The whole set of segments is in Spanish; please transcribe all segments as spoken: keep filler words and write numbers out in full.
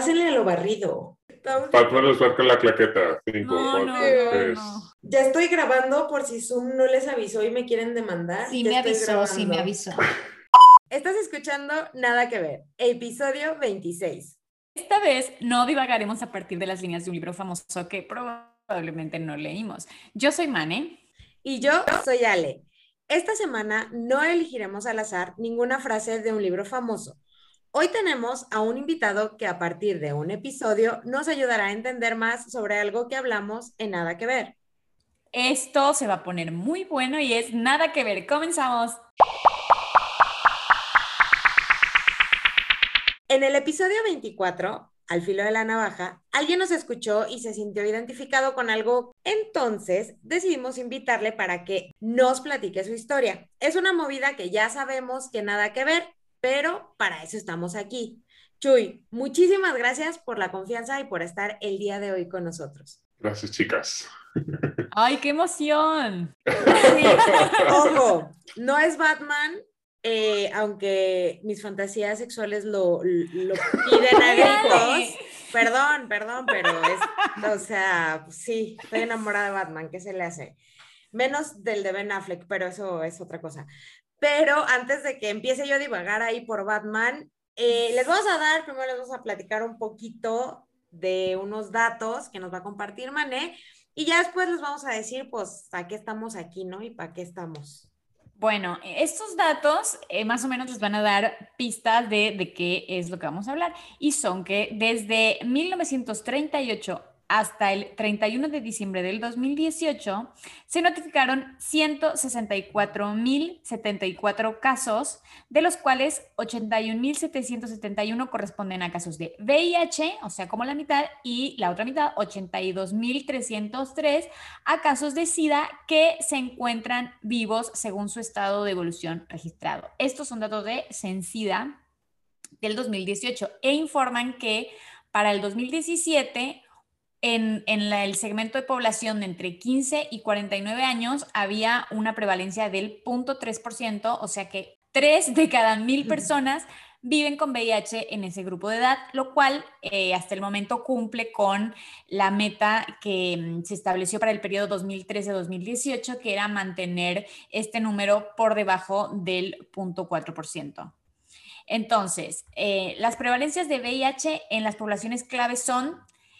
pásenle a lo barrido. Batman nos marca la claqueta. Cinco, No, cuatro, no, tres. no, no. Ya estoy grabando por si Zoom no les avisó y me quieren demandar. Sí ya me estoy avisó, grabando. sí me avisó. Estás escuchando Nada que Ver, episodio veintiséis. Esta vez no divagaremos a partir de las líneas de un libro famoso que probablemente no leímos. Yo soy Mane. Y yo soy Ale. Esta semana no elegiremos al azar ninguna frase de un libro famoso. Hoy tenemos a un invitado que a partir de un episodio nos ayudará a entender más sobre algo que hablamos en Nada que Ver. Esto se va a poner muy bueno y es Nada que Ver. Comenzamos. En el episodio veinticuatro, Al filo de la navaja, alguien nos escuchó y se sintió identificado con algo. Entonces decidimos invitarle para que nos platique su historia. Es una movida que ya sabemos que nada que ver, pero para eso estamos aquí. Chuy, muchísimas gracias por la confianza y por estar el día de hoy con nosotros. Gracias, chicas. ¡Ay, qué emoción! Sí, ojo, no es Batman, eh, aunque mis fantasías sexuales lo, lo piden a gritos. Perdón, perdón, pero es, o sea, sí, estoy enamorada de Batman, ¿qué se le hace? Menos del de Ben Affleck, pero eso es otra cosa. Pero antes de que empiece yo a divagar ahí por Batman, eh, les vamos a dar, primero les vamos a platicar un poquito de unos datos que nos va a compartir Mané, y ya después les vamos a decir, pues, a qué estamos aquí, ¿no? Y para qué estamos. Bueno, estos datos eh, más o menos les van a dar pistas de, de qué es lo que vamos a hablar. Y son que desde mil novecientos treinta y ocho hasta el treinta y uno de diciembre del dos mil dieciocho, se notificaron ciento sesenta y cuatro mil setenta y cuatro casos, de los cuales ochenta y un mil setecientos setenta y uno corresponden a casos de V I H, o sea, como la mitad, y la otra mitad, ochenta y dos mil trescientos tres, a casos de SIDA que se encuentran vivos según su estado de evolución registrado. Estos son datos de Censida del dos mil dieciocho e informan que para el dos mil diecisiete En, en la, el segmento de población de entre quince y cuarenta y nueve años había una prevalencia del cero punto tres por ciento, o sea que tres de cada mil personas viven con V I H en ese grupo de edad, lo cual eh, hasta el momento cumple con la meta que mm, se estableció para el periodo dos mil trece a dos mil dieciocho, que era mantener este número por debajo del cero punto cuatro por ciento. Entonces, eh, las prevalencias de V I H en las poblaciones claves son: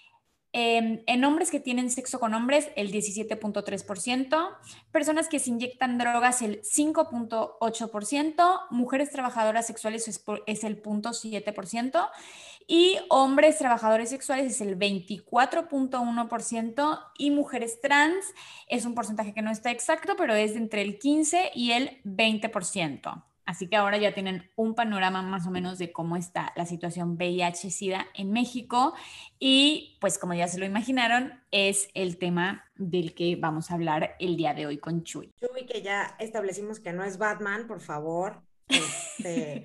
Eh, en hombres que tienen sexo con hombres, el diecisiete punto tres por ciento, personas que se inyectan drogas, el cinco punto ocho por ciento, mujeres trabajadoras sexuales es, por, es el cero punto siete por ciento y hombres trabajadores sexuales es el veinticuatro punto uno por ciento y mujeres trans es un porcentaje que no está exacto, pero es de entre el quince y el veinte por ciento. Así que ahora ya tienen un panorama más o menos de cómo está la situación V I H-Sida en México y pues como ya se lo imaginaron, es el tema del que vamos a hablar el día de hoy con Chuy. Chuy, que ya establecimos que no es Batman, por favor. Este,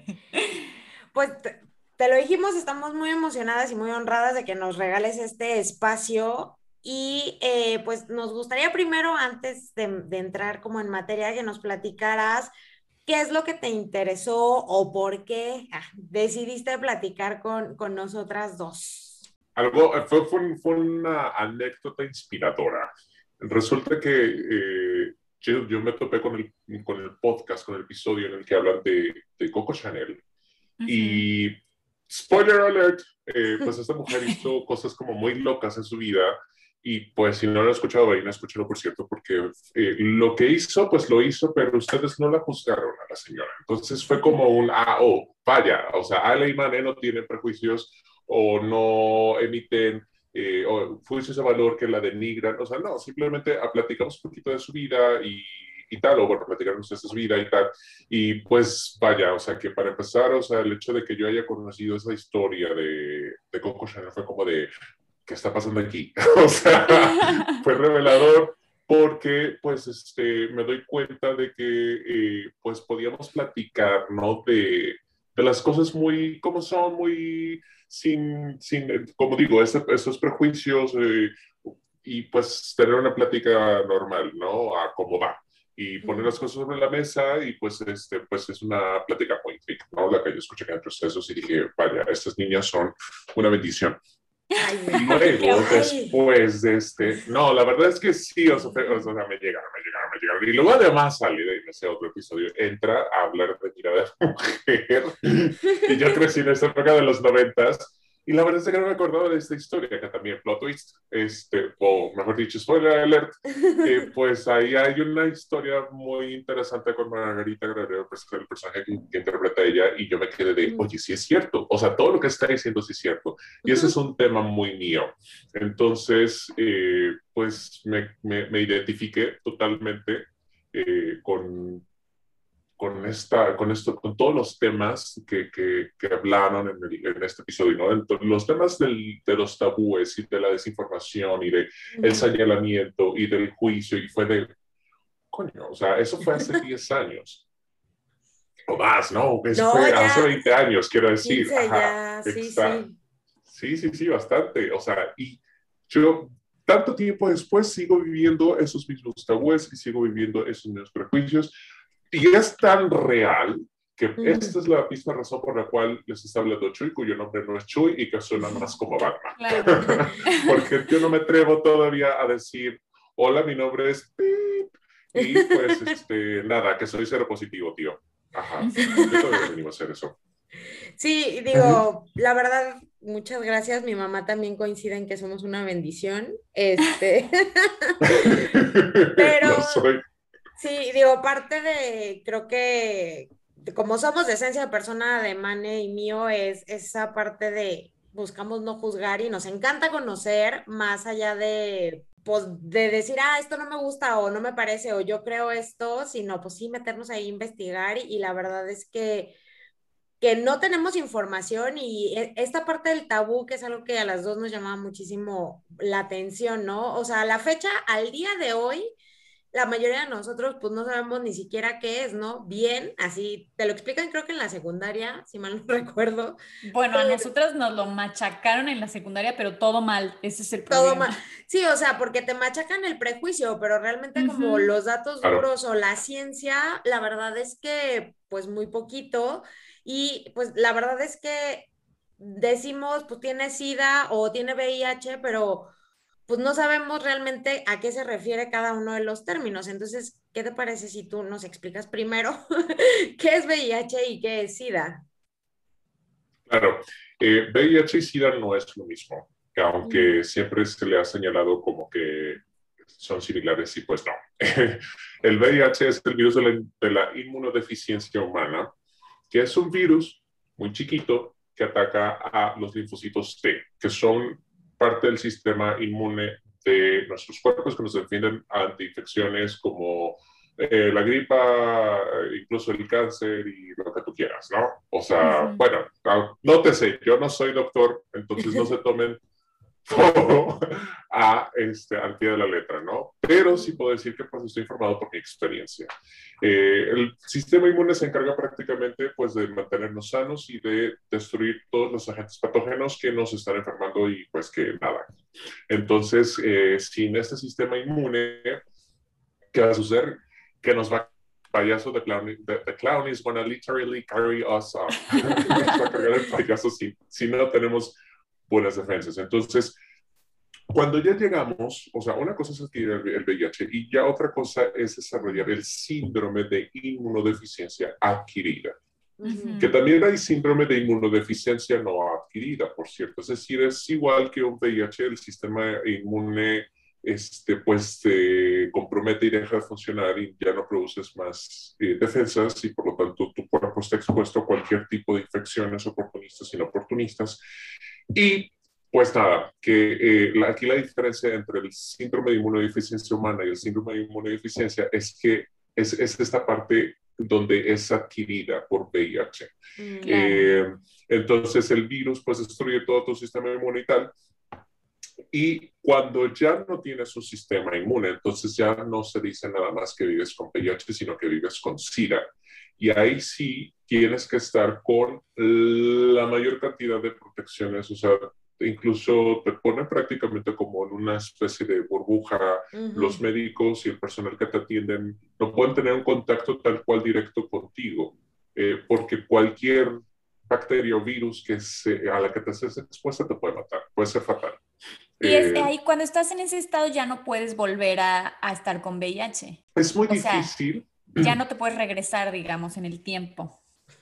pues te, te lo dijimos, estamos muy emocionadas y muy honradas de que nos regales este espacio y eh, pues nos gustaría primero, antes de, de entrar como en materia, que nos platicaras qué es lo que te interesó o por qué ah, decidiste platicar con, con nosotras dos. Algo, fue, fue, fue una anécdota inspiradora. Resulta que eh, yo, yo me topé con el, con el podcast, con el episodio en el que hablan de, de Coco Chanel. Uh-huh. Y, spoiler alert, eh, pues esta mujer hizo cosas como muy locas en su vida. Y pues si no lo han escuchado, vayan a escucharlo, por cierto, porque eh, lo que hizo, pues lo hizo, pero ustedes no la juzgaron a la señora. Entonces fue como un, ah, oh, vaya, o sea, Ale y Mané no tienen prejuicios o no emiten eh, o juicios de valor que la denigran. O sea, no, simplemente platicamos un poquito de su vida y, y tal, o bueno, platicaron ustedes de su vida y tal. Y pues vaya, o sea, que para empezar, o sea, el hecho de que yo haya conocido esa historia de, de Coco Chanel fue como de, ¿qué está pasando aquí? O sea, fue revelador porque pues este, me doy cuenta de que eh, pues podíamos platicar, ¿no? De, de las cosas muy, como son, muy sin, sin como digo, ese, esos prejuicios eh, y pues tener una plática normal, ¿no? A cómo va. y pone las cosas sobre la mesa y pues, este, pues es una plática muy rica, ¿no? La que yo escuché en procesos y dije, vaya, estas niñas son una bendición. Ay, Y luego, ay. después de este, no, la verdad es que sí, o sea, o sea, me llegaron, me llegaron, me llegaron. Y luego además sale de ese otro episodio, entra a hablar de mirada de mujer. Y yo crecí en esta época de los noventas. Y la verdad es que no me acordaba de esta historia, que también plot twist, este, o mejor dicho, spoiler alert, que pues ahí hay una historia muy interesante con Margarita Guerrero, pues, el personaje que, que interpreta ella, y yo me quedé de, oye, sí es cierto, o sea, todo lo que está diciendo sí es cierto, y ese es un tema muy mío. Entonces, eh, pues me, me, me identifiqué totalmente eh, con con, esta, con, esto, con todos los temas que, que, que hablaron en, el, en, este episodio, ¿no? Entonces, los temas del, de los tabúes y de la desinformación y del de señalamiento y del juicio, y fue de, coño, o sea, eso fue hace diez años. O más, ¿no? Eso no, fue ya, hace veinte años, quiero decir. quince, Ajá, ya, sí, exacto. sí. Sí, sí, sí, bastante. O sea, y yo tanto tiempo después sigo viviendo esos mismos tabúes y sigo viviendo esos mismos prejuicios. Y es tan real que uh-huh. esta es la misma razón por la cual les está hablando Chuy, cuyo nombre no es Chuy y que suena más como Batman. Claro. Porque yo no me atrevo todavía a decir, hola, mi nombre es Pip. Y pues, este, nada, que soy cero positivo, tío. Ajá. Yo todavía venimos a hacer eso. Sí, digo, uh-huh. la verdad, muchas gracias. Mi mamá también coincide en que somos una bendición. Este. Pero. Lo soy. Sí, digo, parte de, creo que como somos de esencia de persona de Mane y mío, es esa parte de buscamos no juzgar y nos encanta conocer más allá de, pues, de decir, ah, esto no me gusta o no me parece o yo creo esto, sino pues sí meternos ahí a investigar y, y la verdad es que que no tenemos información y esta parte del tabú, que es algo que a las dos nos llamaba muchísimo la atención, ¿no? O sea, a la fecha, al día de hoy, la mayoría de nosotros pues no sabemos ni siquiera qué es, ¿no? Bien, así, te lo explican creo que en la secundaria, si mal no recuerdo. Bueno, pero, a nosotras nos lo machacaron en la secundaria, pero todo mal, ese es el problema. Todo mal, sí, o sea, porque te machacan el prejuicio, pero realmente uh-huh. como los datos duros o la ciencia, la verdad es que pues muy poquito, y pues la verdad es que decimos, pues tiene SIDA o tiene V I H, pero pues no sabemos realmente a qué se refiere cada uno de los términos. Entonces, ¿qué te parece si tú nos explicas primero qué es V I H y qué es SIDA? Claro, eh, V I H y SIDA no es lo mismo, aunque mm. siempre se le ha señalado como que son similares y pues no. El V I H es el virus de la, de la inmunodeficiencia humana, que es un virus muy chiquito que ataca a los linfocitos T, que son parte del sistema inmune de nuestros cuerpos que nos defienden ante infecciones como eh, la gripa, incluso el cáncer y lo que tú quieras, ¿no? O sea, uh-huh. bueno, nótese, yo no soy doctor, entonces no se tomen todo a, este, al pie de la letra, ¿no? Pero sí puedo decir que pues estoy informado por mi experiencia. Eh, el sistema inmune se encarga prácticamente pues de mantenernos sanos y de destruir todos los agentes patógenos que nos están enfermando y pues que nada. Entonces, eh, sin este sistema inmune, ¿qué va a suceder? Que nos va payaso de clown, the, the clown is gonna literally carry us up. Nos va a cargar el payaso si, si no tenemos buenas defensas. Entonces, cuando ya llegamos, o sea, una cosa es adquirir el V I H y ya otra cosa es desarrollar el síndrome de inmunodeficiencia adquirida. Uh-huh. Que también hay síndrome de inmunodeficiencia no adquirida, por cierto. Es decir, es igual que un V I H, el sistema inmune este, pues se compromete y deja de funcionar y ya no produces más eh, defensas y por lo tanto tu cuerpo está expuesto a cualquier tipo de infecciones oportunistas y no oportunistas. Y pues nada, que eh, la, aquí la diferencia entre el síndrome de inmunodeficiencia humana y el síndrome de inmunodeficiencia es que es, es esta parte donde es adquirida por V I H. Mm, claro. eh, entonces el virus pues destruye todo tu sistema inmune y tal. Y cuando ya no tienes un sistema inmune, entonces ya no se dice nada más que vives con V I H, sino que vives con SIDA. Y ahí sí tienes que estar con la mayor cantidad de protecciones, o sea, incluso te ponen prácticamente como en una especie de burbuja. Ujú. Los médicos y el personal que te atienden no pueden tener un contacto tal cual directo contigo, eh, porque cualquier bacteria o virus que se, a la que te estés expuesta te puede matar, puede ser fatal. Y es Eh, ahí, cuando estás en ese estado ya no puedes volver a, a estar con V I H. es muy O sea, difícil. ya no te puedes regresar, digamos, en el tiempo.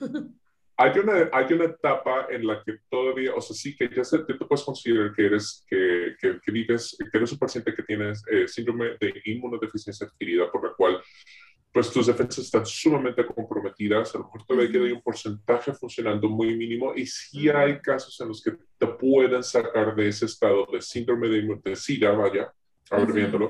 Hay una, hay una etapa en la que todavía, o sea, sí que ya se, tú te puedes considerar que eres, que, que, que vives, que eres un paciente que tienes eh, síndrome de inmunodeficiencia adquirida, por la cual pues tus defensas están sumamente comprometidas, a lo mejor todavía queda Uh-huh. un porcentaje funcionando muy mínimo, y sí Ujú. hay casos en los que te pueden sacar de ese estado de síndrome de, inmun- de SIDA, vaya, abreviándolo,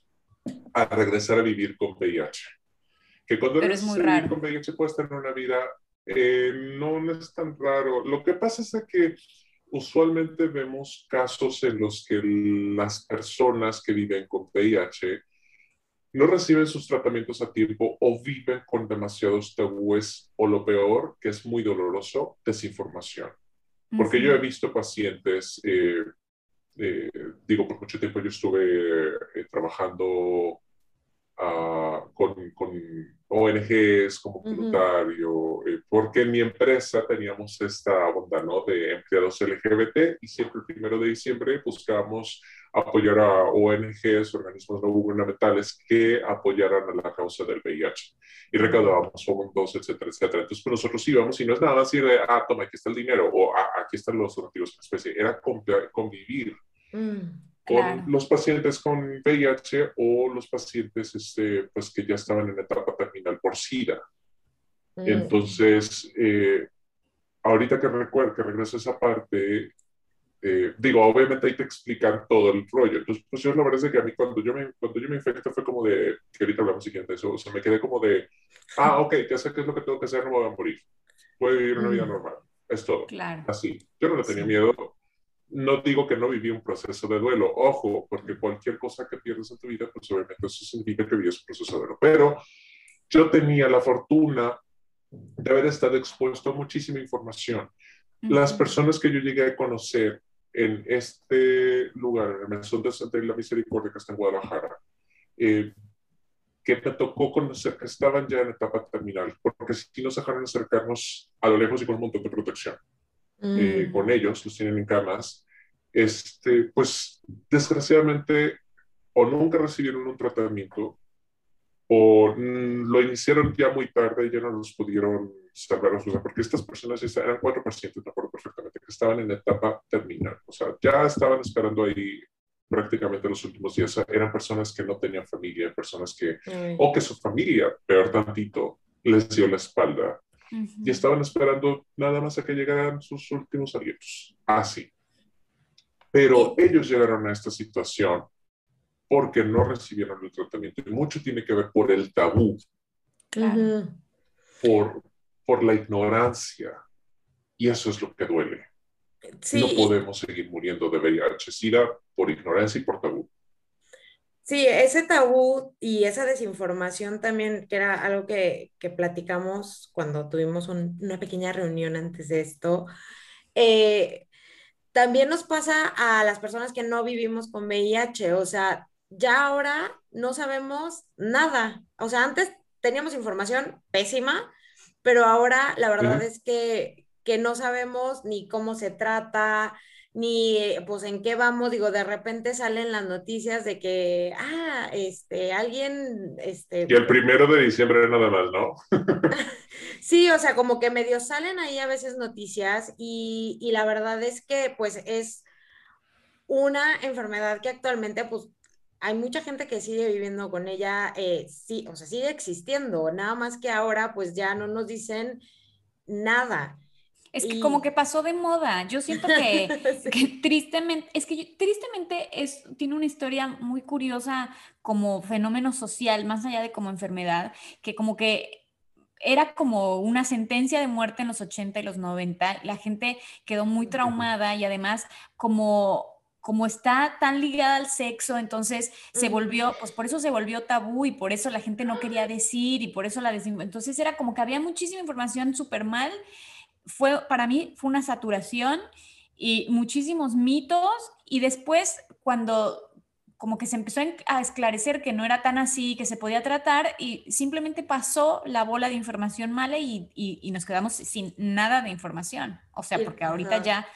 a regresar a vivir con V I H. Que cuando Pero es regresas muy a vivir raro. con V I H puedes tener una vida, eh, no, no es tan raro. Lo que pasa es que usualmente vemos casos en los que las personas que viven con V I H no reciben sus tratamientos a tiempo o viven con demasiados tabúes, o lo peor, que es muy doloroso, desinformación. Porque yo he Uh-huh. visto pacientes, eh, eh, digo, por mucho tiempo yo estuve eh, trabajando uh, con, con O N Ges como Ujú. voluntario, eh, porque en mi empresa teníamos esta onda, ¿no?, de empleados L G B T, y siempre el primero de diciembre buscábamos apoyar a O N Ges, organismos no gubernamentales, que apoyaran a la causa del V I H. Y recaudábamos fondos, etcétera, etcétera. Entonces, pues nosotros íbamos y no es nada más ir de, ah, toma, aquí está el dinero, o ah, aquí están los donativos en especie. Era convivir Mm. con Claro. los pacientes con V I H o los pacientes este, pues, que ya estaban en etapa terminal por SIDA. Mm. Entonces, eh, ahorita que recuerdo, que regreso a esa parte, eh, digo, obviamente hay que explicar todo el rollo. Entonces, pues yo la verdad es que a mí cuando yo me, cuando yo me infecté fue como de, que ahorita hablamos siguiente de eso, o sea, me quedé como de, ah, ok, ya sé qué es lo que tengo que hacer, no me voy a morir. Puedo vivir una vida Mm. normal. Es todo. Claro. Así. Yo no le tenía Sí. miedo. No digo que no viví un proceso de duelo, ojo, porque cualquier cosa que pierdes en tu vida, pues obviamente eso significa que vives un proceso de duelo. Pero yo tenía la fortuna de haber estado expuesto a muchísima información. Las Uh-huh. personas que yo llegué a conocer en este lugar, en el Mesón de Santa la Misericordia, que está en Guadalajara, eh, que me tocó conocer que estaban ya en etapa terminal, porque sí nos dejaron acercarnos a lo lejos y con un montón de protección. Eh, Mm. con ellos, los tienen en camas, este, pues desgraciadamente o nunca recibieron un tratamiento, o mm, lo iniciaron ya muy tarde y ya no los pudieron salvar a su vida, porque estas personas, eran cuatro pacientes, me acuerdo perfectamente, que estaban en etapa terminal, o sea, ya estaban esperando ahí prácticamente los últimos días. Eran personas que no tenían familia, personas que, Ay. o que su familia, peor tantito, les dio la espalda y Uh-huh. estaban esperando nada más a que llegaran sus últimos alientos. Así. Pero Y ellos llegaron a esta situación porque no recibieron el tratamiento. Y mucho tiene que ver por el tabú, claro. Ujú. por, por la ignorancia. Y eso es lo que duele. Sí, No y- podemos seguir muriendo de V I H, SIDA, por ignorancia y por tabú. sí, ese tabú y esa desinformación también, que era algo que, que platicamos cuando tuvimos un- una pequeña reunión antes de esto, eh, también nos pasa a las personas que no vivimos con V I H, o sea, ya ahora no sabemos nada, o sea, antes teníamos información pésima, pero ahora la verdad ¿Mm? es que, que no sabemos ni cómo se trata, ni eh, pues en qué vamos, digo, de repente salen las noticias de que, ah, este, alguien, Y este, el primero de diciembre nada más, ¿no? sí, o sea, como que medio salen ahí a veces noticias y, y la verdad es que pues es una enfermedad que actualmente, pues, hay mucha gente que sigue viviendo con ella, eh, sí, o sea, sigue existiendo, nada más que ahora, pues, ya no nos dicen nada. es que como que Y pasó de moda. Yo siento que, sí. que tristemente, es que yo- tristemente es, tiene una historia muy curiosa como fenómeno social, más allá de como enfermedad, que como que era como una sentencia de muerte en los ochenta y los noventa. La gente quedó muy traumada y además como, como está tan ligada al sexo, entonces se Ujú. volvió, pues por eso se volvió tabú y por eso la gente no quería decir y por eso la desin... Entonces era como que había muchísima información súper mal. Fue, para mí fue una saturación y muchísimos mitos, y después cuando como que se empezó a esclarecer que no era tan así, que se podía tratar, y simplemente pasó la bola de información mala y, y, y nos quedamos sin nada de información. O sea, porque ahorita Ajá. ya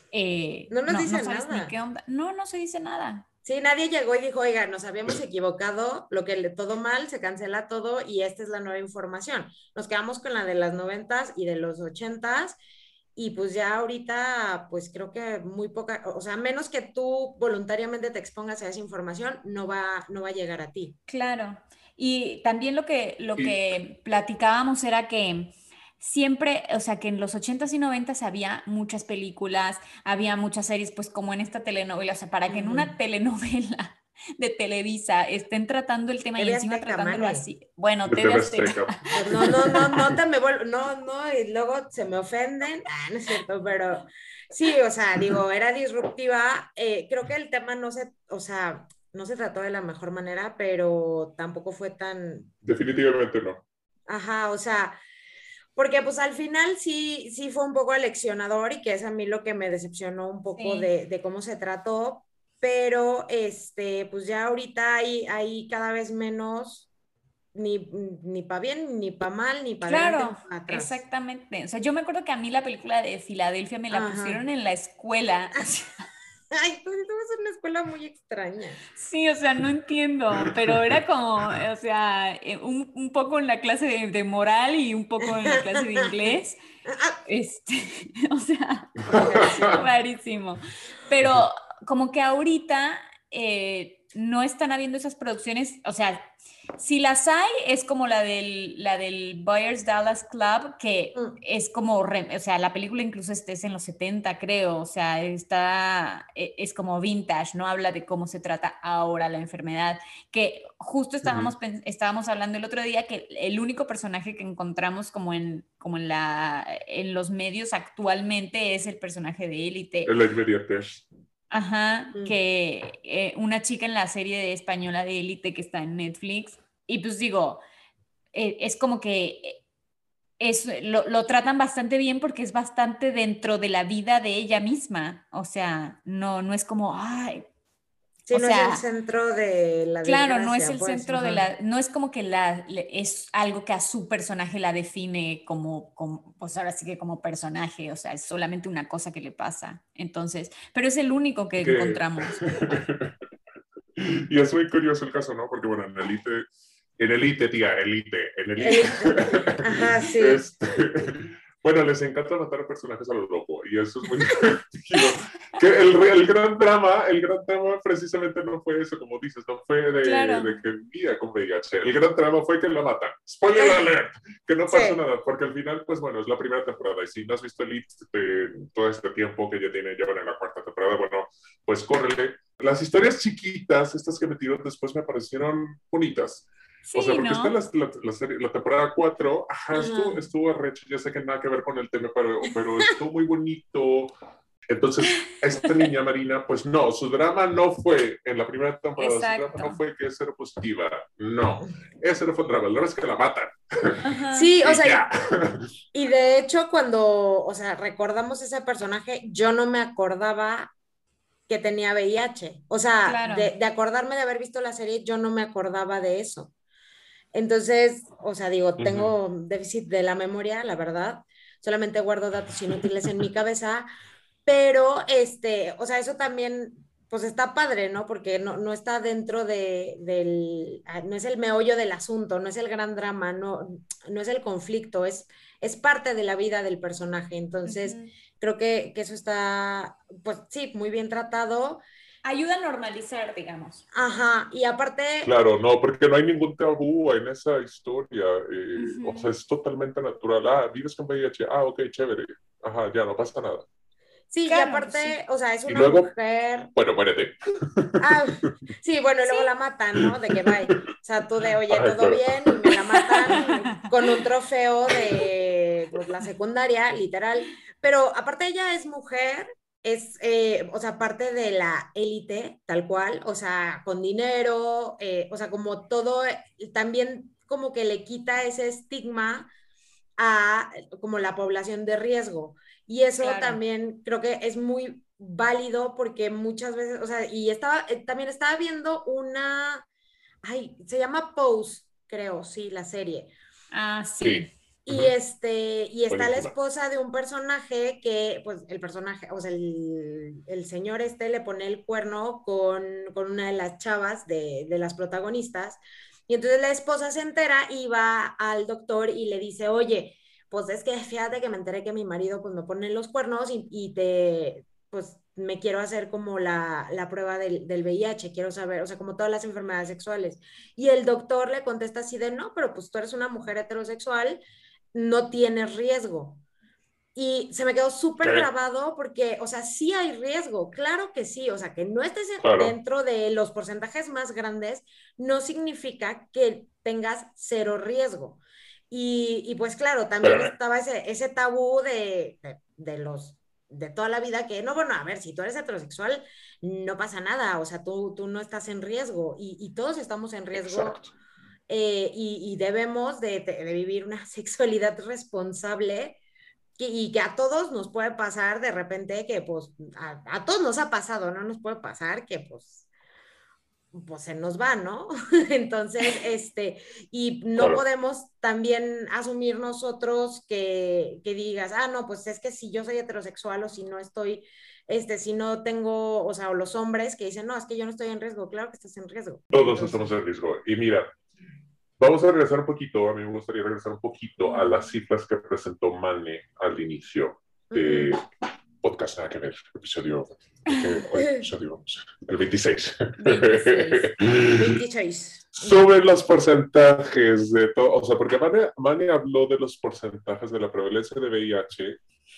eh, no nos no, dicen no sabes nada. Ni qué onda. No, no se dice nada. Sí, nadie llegó y dijo, oiga, nos habíamos equivocado, lo que le todo mal, se cancela todo y esta es la nueva información. Nos quedamos con la de las noventas y de los ochentas y pues ya ahorita, pues creo que muy poca, o sea, menos que tú voluntariamente te expongas a esa información, no va, no va a llegar a ti. Claro. Y también lo que, lo Y que platicábamos era que siempre, o sea, que en los ochentas y noventas había muchas películas, había muchas series, pues como en esta telenovela, o sea, para que en una Ujú. telenovela de Televisa estén tratando el tema y T V encima Azteca, tratándolo mane. así, bueno, de T V T V Azteca. Azteca. Pues no, no, no, no te me vuelvo, no, no, y luego se me ofenden, ah, no es cierto, pero sí, o sea, digo, era disruptiva, eh, creo que el tema no se, o sea, no se trató de la mejor manera, pero tampoco fue tan, Definitivamente no. ajá, o sea, porque pues al final sí, sí fue un poco aleccionador y que es a mí lo que me decepcionó un poco Sí. de, de cómo se trató, pero este, pues ya ahorita hay, hay cada vez menos ni, ni para bien, ni para mal, ni para adelante, ni Claro, para atrás. exactamente. O sea, yo me acuerdo que a mí la película de Filadelfia me la Ajá. pusieron en la escuela. O sea, Ay, tú es una escuela muy extraña. sí, o sea, no entiendo, pero era como, o sea, eh, un, un poco en la clase de, de moral y un poco en la clase de inglés. Ah, Este, o sea, rarísimo. rarísimo. Pero como que ahorita eh, no están habiendo esas producciones, o sea, si las hay, es como la del, la del Buyers Dallas Club, que Mm, es como, re- o sea, la película incluso este es en los setenta, creo, o sea, está, e- es como vintage, no habla de cómo se trata ahora la enfermedad, que justo estábamos, Ujú. pen- estábamos hablando el otro día que el único personaje que encontramos como en, como en la, en los medios actualmente es el personaje de Élite. En la inmediatez. Ajá, mm. que eh, una chica en la serie de española de Élite que está en Netflix, y pues digo, eh, es como que eh, es, lo, lo tratan bastante bien porque es bastante dentro de la vida de ella misma, o sea, no, no es como, ay, Sí, o no es el sea, centro de la claro, no es desgracia, el pues, centro de ajá. la, no es como que la, le- es algo que a su personaje la define como, como, pues ahora sí que como personaje, o sea, es solamente una cosa que le pasa, entonces, pero es el único que Que... encontramos. y es muy curioso el caso, ¿no? Porque, bueno, en Elite, en Elite, tía, Elite, en Elite. Elite. Ajá, sí. este, bueno, les encanta matar a personajes a lo loco y eso es muy divertido. Que el, el gran drama, el gran drama precisamente no fue eso, como dices, no fue de, Claro. de que vivía con V I H. El gran drama fue que la matan. Spoiler alert, que no pasó Sí. nada, porque al final, pues bueno, es la primera temporada y si no has visto Elite eh, todo este tiempo que ya tiene, llevan en la cuarta temporada, bueno, pues córrele. Las historias chiquitas, estas que metieron después, me parecieron bonitas. O sea, Sí, porque está ¿no? la, la, la, serie, la temporada cuatro, ajá, estuvo, Ajá. estuvo arrecho, ya sé que nada que ver con el tema, pero, pero estuvo muy bonito. Entonces, esta niña Marina, pues no, su drama no fue en la primera temporada, su drama no Exacto. fue que es ser positiva, no, ese no fue el drama, el drama es que la matan. Ajá. Sí, o Y sea, ya. y de hecho cuando, o sea, recordamos ese personaje, yo no me acordaba que tenía V I H. O sea, Claro. de, de acordarme de haber visto la serie, yo no me acordaba de eso. Entonces, o sea, digo, Ujú. tengo déficit de la memoria, la verdad. Solamente guardo datos inútiles en mi cabeza, pero este, o sea, eso también, pues está padre, ¿no? Porque no, no está dentro de, del, ah, no es el meollo del asunto, no es el gran drama, no, no es el conflicto, es, es parte de la vida del personaje. Entonces, Ujú. creo que, que eso está, pues sí, muy bien tratado. Ayuda a normalizar, digamos. Ajá, y aparte, Claro, no, porque no hay ningún tabú en esa historia. Eh, o sea, Ujú. es totalmente natural. Ah, vives con V I H. Ah, ok, chévere. Ajá, ya no pasa nada. sí, y Claro, pues sí. aparte, o sea, es Y una luego, mujer. bueno, muérete. Ah, sí, bueno, y Sí. luego la matan, ¿no? De que bye. O sea, tú de, oye, Ajá, todo claro. bien, y me la matan con un trofeo de pues, la secundaria, literal. Pero aparte ella es mujer, es, eh, o sea, parte de la élite, tal cual, o sea, con dinero, eh, o sea, como todo, eh, también como que le quita ese estigma a como la población de riesgo. Y eso Claro. también creo que es muy, válido porque muchas veces, o sea, y estaba, eh, también estaba viendo una, ay, se llama Pose, creo, sí, la serie. Ah, sí. Sí. Y Ujú. este, y está la Buenísima. esposa de un personaje que, pues, el personaje, o sea, el, el señor este le pone el cuerno con, con una de las chavas de, de las protagonistas. Y entonces la esposa se entera y va al doctor y le dice, oye, pues es que fíjate que me enteré que mi marido pues me pone los cuernos y, y te, pues me quiero hacer como la, la prueba del, del V I H, quiero saber, o sea, como todas las enfermedades sexuales. Y el doctor le contesta así de, no, pero pues tú eres una mujer heterosexual, no tienes riesgo. Y se me quedó súper ¿Qué? grabado porque, o sea, sí hay riesgo, claro que sí, o sea, que no estés Claro. dentro de los porcentajes más grandes no significa que tengas cero riesgo. Y, y pues claro, también Espérame. estaba ese, ese tabú de, de, de los de toda la vida que, no, bueno, a ver, si tú eres heterosexual, no pasa nada, o sea, tú, tú no estás en riesgo y, y todos estamos en riesgo Exacto. eh, y, y, debemos de, de, vivir una sexualidad responsable y, y que a todos nos puede pasar de repente que pues a, a todos nos ha pasado, ¿no? Nos puede pasar que pues pues se nos va, ¿no? Entonces, este, y no Claro. podemos también asumir nosotros que, que digas, ah, no, pues es que si yo soy heterosexual o si no estoy, este, si no tengo, o sea, o los hombres que dicen, no, es que yo no estoy en riesgo, claro que estás en riesgo. Todos Entonces, estamos en riesgo. Y mira, vamos a regresar un poquito, a mí me gustaría regresar un poquito a las cifras que presentó Mane al inicio de uh-huh. podcast, nada que ver, episodio, ¿qué, ¿cuál episodio? El veintiséis. veintiséis. veintiséis. Sobre los porcentajes de todo, o sea, porque Mane, Mane habló de los porcentajes de la prevalencia de V I H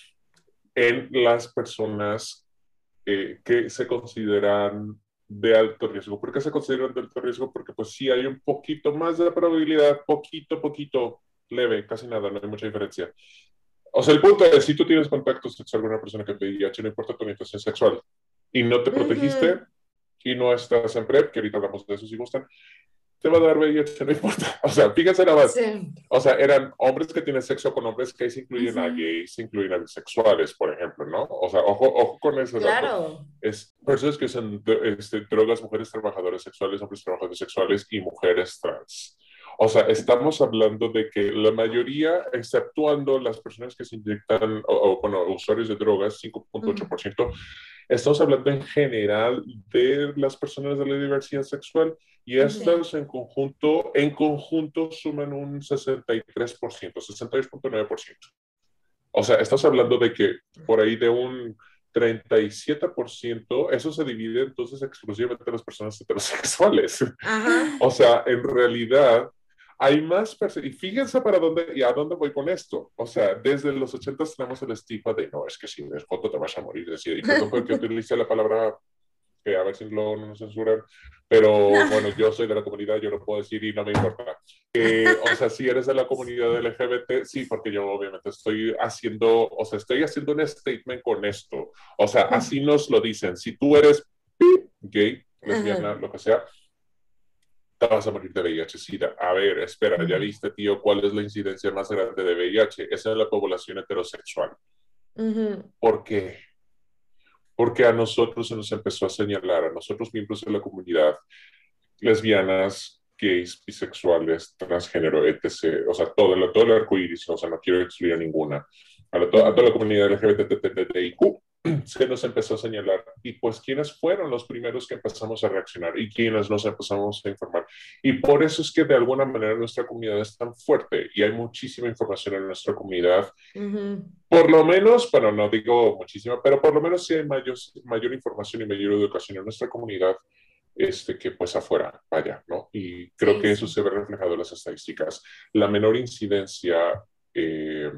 en las personas eh, que se consideran de alto riesgo. ¿Por qué se consideran de alto riesgo? Porque pues sí hay un poquito más de probabilidad, poquito, poquito, leve, casi nada, no hay mucha diferencia. O sea, el punto es, si tú tienes contacto sexual con una persona que te V I H, no importa tu orientación sexual, y no te protegiste, uh-huh. y no estás en PrEP, que ahorita hablamos de eso si gustan, te va a dar V I H, no importa. O sea, fíjense nada más. Sí. O sea, eran hombres que tienen sexo con hombres, que se incluyen uh-huh. a gays, se incluyen a bisexuales, por ejemplo, ¿no? O sea, ojo, ojo con eso. Claro. Dato. Es personas que usan este, drogas, mujeres trabajadoras sexuales, hombres trabajadores sexuales y mujeres trans. O sea, estamos hablando de que la mayoría, exceptuando las personas que se inyectan, o, o bueno, usuarios de drogas, cinco punto ocho por ciento, uh-huh. estamos hablando en general de las personas de la diversidad sexual y estas uh-huh. en conjunto, en conjunto suman un sesenta y tres por ciento, sesenta y dos punto nueve por ciento. O sea, estamos hablando de que por ahí de un treinta y siete por ciento, eso se divide entonces exclusivamente en las personas heterosexuales. Uh-huh. O sea, en realidad hay más personas, y fíjense para dónde y a dónde voy con esto. O sea, desde los ochentas tenemos el estigma de, no, es que si ves foto te vas a morir. Decir, y perdón porque utilicé la palabra, que a ver si lo, no nos censuran, pero bueno, yo soy de la comunidad, yo lo puedo decir y no me importa. Eh, o sea, si eres de la comunidad L G B T, sí, porque yo obviamente estoy haciendo, o sea, estoy haciendo un statement con esto. O sea, así nos lo dicen. Si tú eres gay, lesbiana, uh-huh. lo que sea, te vas a morir de V I H SIDA. A ver, espera, ya viste, tío, cuál es la incidencia más grande de V I H. Esa es la población heterosexual. Uh-huh. ¿Por qué? Porque a nosotros se nos empezó a señalar, a nosotros miembros de la comunidad, lesbianas, gays, bisexuales, transgénero, etcétera. O sea, todo, todo el arco iris, o sea, no quiero excluir a ninguna. A, la, a toda la comunidad L G B T I Q se nos empezó a señalar. Y pues, ¿quiénes fueron los primeros que empezamos a reaccionar? ¿Y quiénes nos empezamos a informar? Y por eso es que de alguna manera nuestra comunidad es tan fuerte y hay muchísima información en nuestra comunidad. Uh-huh. Por lo menos, bueno, no digo muchísima, pero por lo menos sí hay mayor, mayor información y mayor educación en nuestra comunidad este, que pues afuera, vaya, ¿no? Y creo sí, que eso sí. se ve reflejado en las estadísticas. La menor incidencia... Eh,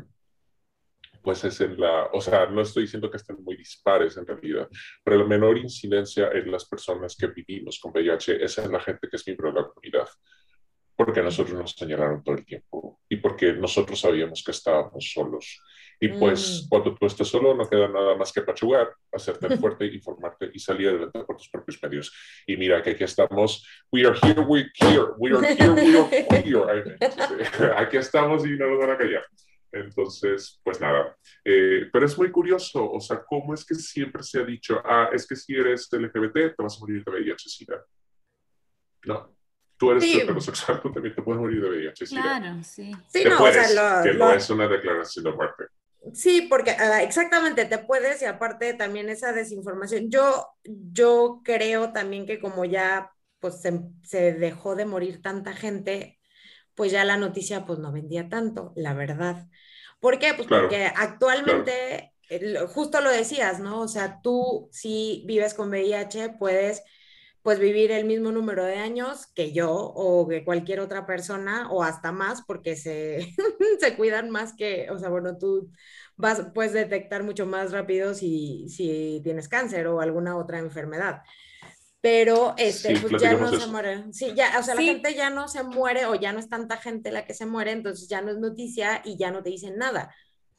pues es en la, o sea, no estoy diciendo que estén muy dispares en realidad, pero la menor incidencia en las personas que vivimos con V I H es en la gente que es miembro de la comunidad, porque nosotros nos señalaron todo el tiempo y porque nosotros sabíamos que estábamos solos. Y pues mm. cuando tú estás solo no queda nada más que apachugar, hacerte fuerte, informarte y salir adelante por tus propios medios. Y mira que aquí estamos, we are here, we are here, we are here, we are here. Aquí estamos y no nos van a callar. Entonces, pues nada. Eh, pero es muy curioso, o sea, cómo es que siempre se ha dicho, ah, es que si eres L G B T, te vas a morir de V I H-Sida. No, tú eres Sí, heterosexual, tú también te puedes morir de V I H-Sida. Claro, sí. sí, Te no, o sea, puedes, lo, que no lo, es una declaración de muerte. sí, porque ah, exactamente te puedes y aparte también esa desinformación. Yo, yo creo también que como ya pues se, se dejó de morir tanta gente, pues ya la noticia pues no vendía tanto, la verdad. ¿Por qué? Pues Claro, porque claro. actualmente, eh, justo lo decías, ¿no? O sea, tú si vives con V I H puedes pues vivir el mismo número de años que yo o que cualquier otra persona o hasta más porque se, se cuidan más que, o sea, bueno, tú vas, puedes detectar mucho más rápido si, si tienes cáncer o alguna otra enfermedad. Pero este, Sí, pues ya platicamos no de se eso. muere. Sí, ya, o sea, la Sí, gente ya no se muere o ya no es tanta gente la que se muere, entonces ya no es noticia y ya no te dicen nada.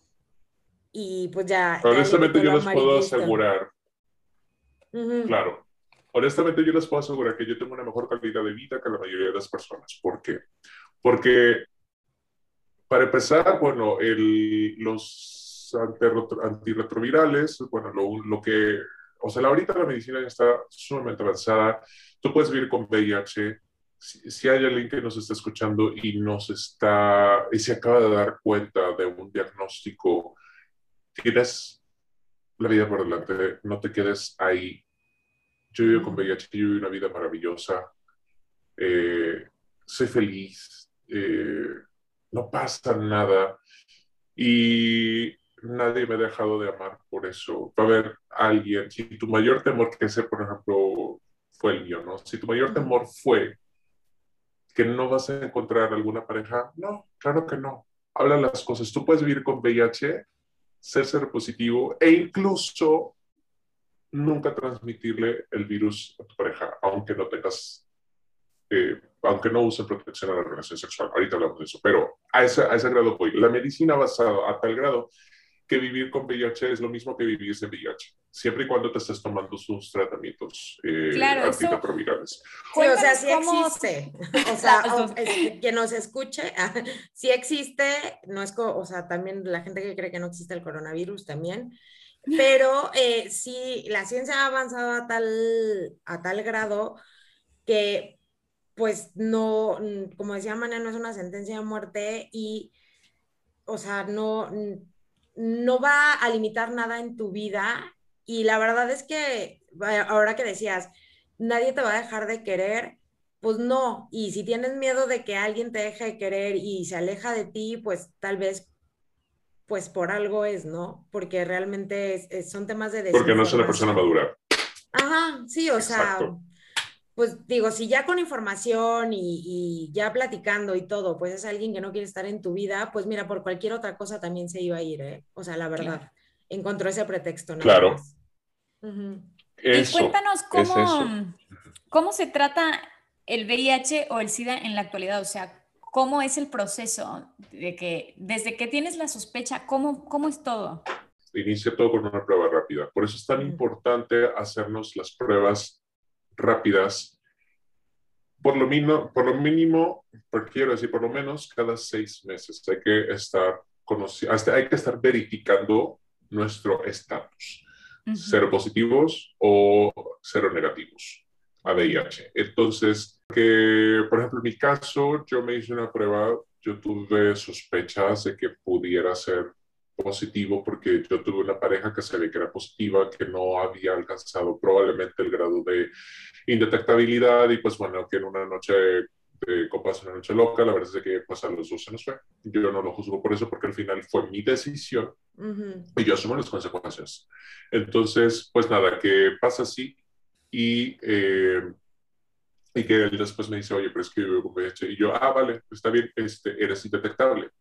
Y pues ya, ya le Honestamente, quitó yo lo les puedo amarillista. asegurar, Ujú. claro, honestamente yo les puedo asegurar que yo tengo una mejor calidad de vida que la mayoría de las personas. ¿Por qué? Porque, para empezar, bueno, el, los antirretro- antirretrovirales, bueno, lo, lo que, o sea, ahorita la medicina ya está sumamente avanzada. Tú puedes vivir con V I H. Si, si hay alguien que nos está escuchando y nos está, y se acaba de dar cuenta de un diagnóstico, tienes la vida por delante, no te quedes ahí. Yo vivo con Ujú. V I H, yo vivo una vida maravillosa, eh, soy feliz, eh, no pasa nada y nadie me ha dejado de amar por eso. Va a haber alguien, si tu mayor temor, que ese por ejemplo fue el mío, ¿no? Si tu mayor Ujú. temor fue que no vas a encontrar alguna pareja, no, claro que no. Habla las cosas. Tú puedes vivir con V I H, ser ser positivo e incluso nunca transmitirle el virus a tu pareja, aunque no tengas, eh, aunque no usen protección a la relación sexual. Ahorita hablamos de eso, pero a ese, a ese grado voy. La medicina ha avanzado a tal grado que vivir con V I H es lo mismo que vivir sin V I H, siempre y cuando te estés tomando sus tratamientos eh, claro, eso, antirretrovirales. Sí, o sea, cuéntanos sí cómo existe. O sea, las dos. o- este, quien nos escuche, sí existe, no es, co- o sea, también la gente que cree que no existe el coronavirus también, pero eh, sí, la ciencia ha avanzado a tal, a tal grado que, pues, no, mm, como decía María, no es una sentencia de muerte y, o sea, no, mm, no va a limitar nada en tu vida. Y la verdad es que, vaya, ahora que decías, nadie te va a dejar de querer, pues no. Y si tienes miedo de que alguien te deje de querer y se aleja de ti, pues tal vez, pues por algo es, ¿no? Porque realmente es- es- son temas de Porque no es una persona desinformación. madura. Ajá, sí, o sea, Exacto. pues digo, si ya con información y, y ya platicando y todo, pues es alguien que no quiere estar en tu vida, pues mira, por cualquier otra cosa también se iba a ir, ¿eh? O sea, la Claro. verdad, encontró ese pretexto nada Claro, más. Ujú. Y eso, cuéntanos es eso. cómo, cómo se trata el V I H o el SIDA en la actualidad, o sea, cómo es el proceso de que desde que tienes la sospecha, cómo, cómo es todo. Inicia todo con una prueba rápida. Por eso es tan Ujú. importante hacernos las pruebas rápidas, por lo mínimo, por lo mínimo, por, quiero decir, por lo menos cada seis meses. Hay que estar conociendo, hasta hay que estar verificando nuestro estatus, Ujú. cero positivos o cero negativos a V I Ujú. H. Entonces, que, por ejemplo, en mi caso, yo me hice una prueba, yo tuve sospechas de que pudiera ser positivo porque yo tuve una pareja que se ve que era positiva, que no había alcanzado probablemente el grado de indetectabilidad y pues bueno, que en una noche de copas, una noche loca, la verdad es que pues a los dos se nos fue. Yo no lo juzgo por eso porque al final fue mi decisión Ujú. y yo asumo las consecuencias. Entonces, pues nada, que pasa así y, eh, y que él después me dice, oye, pero es que yo V I H y yo, ah, vale, está bien, este, eres indetectable.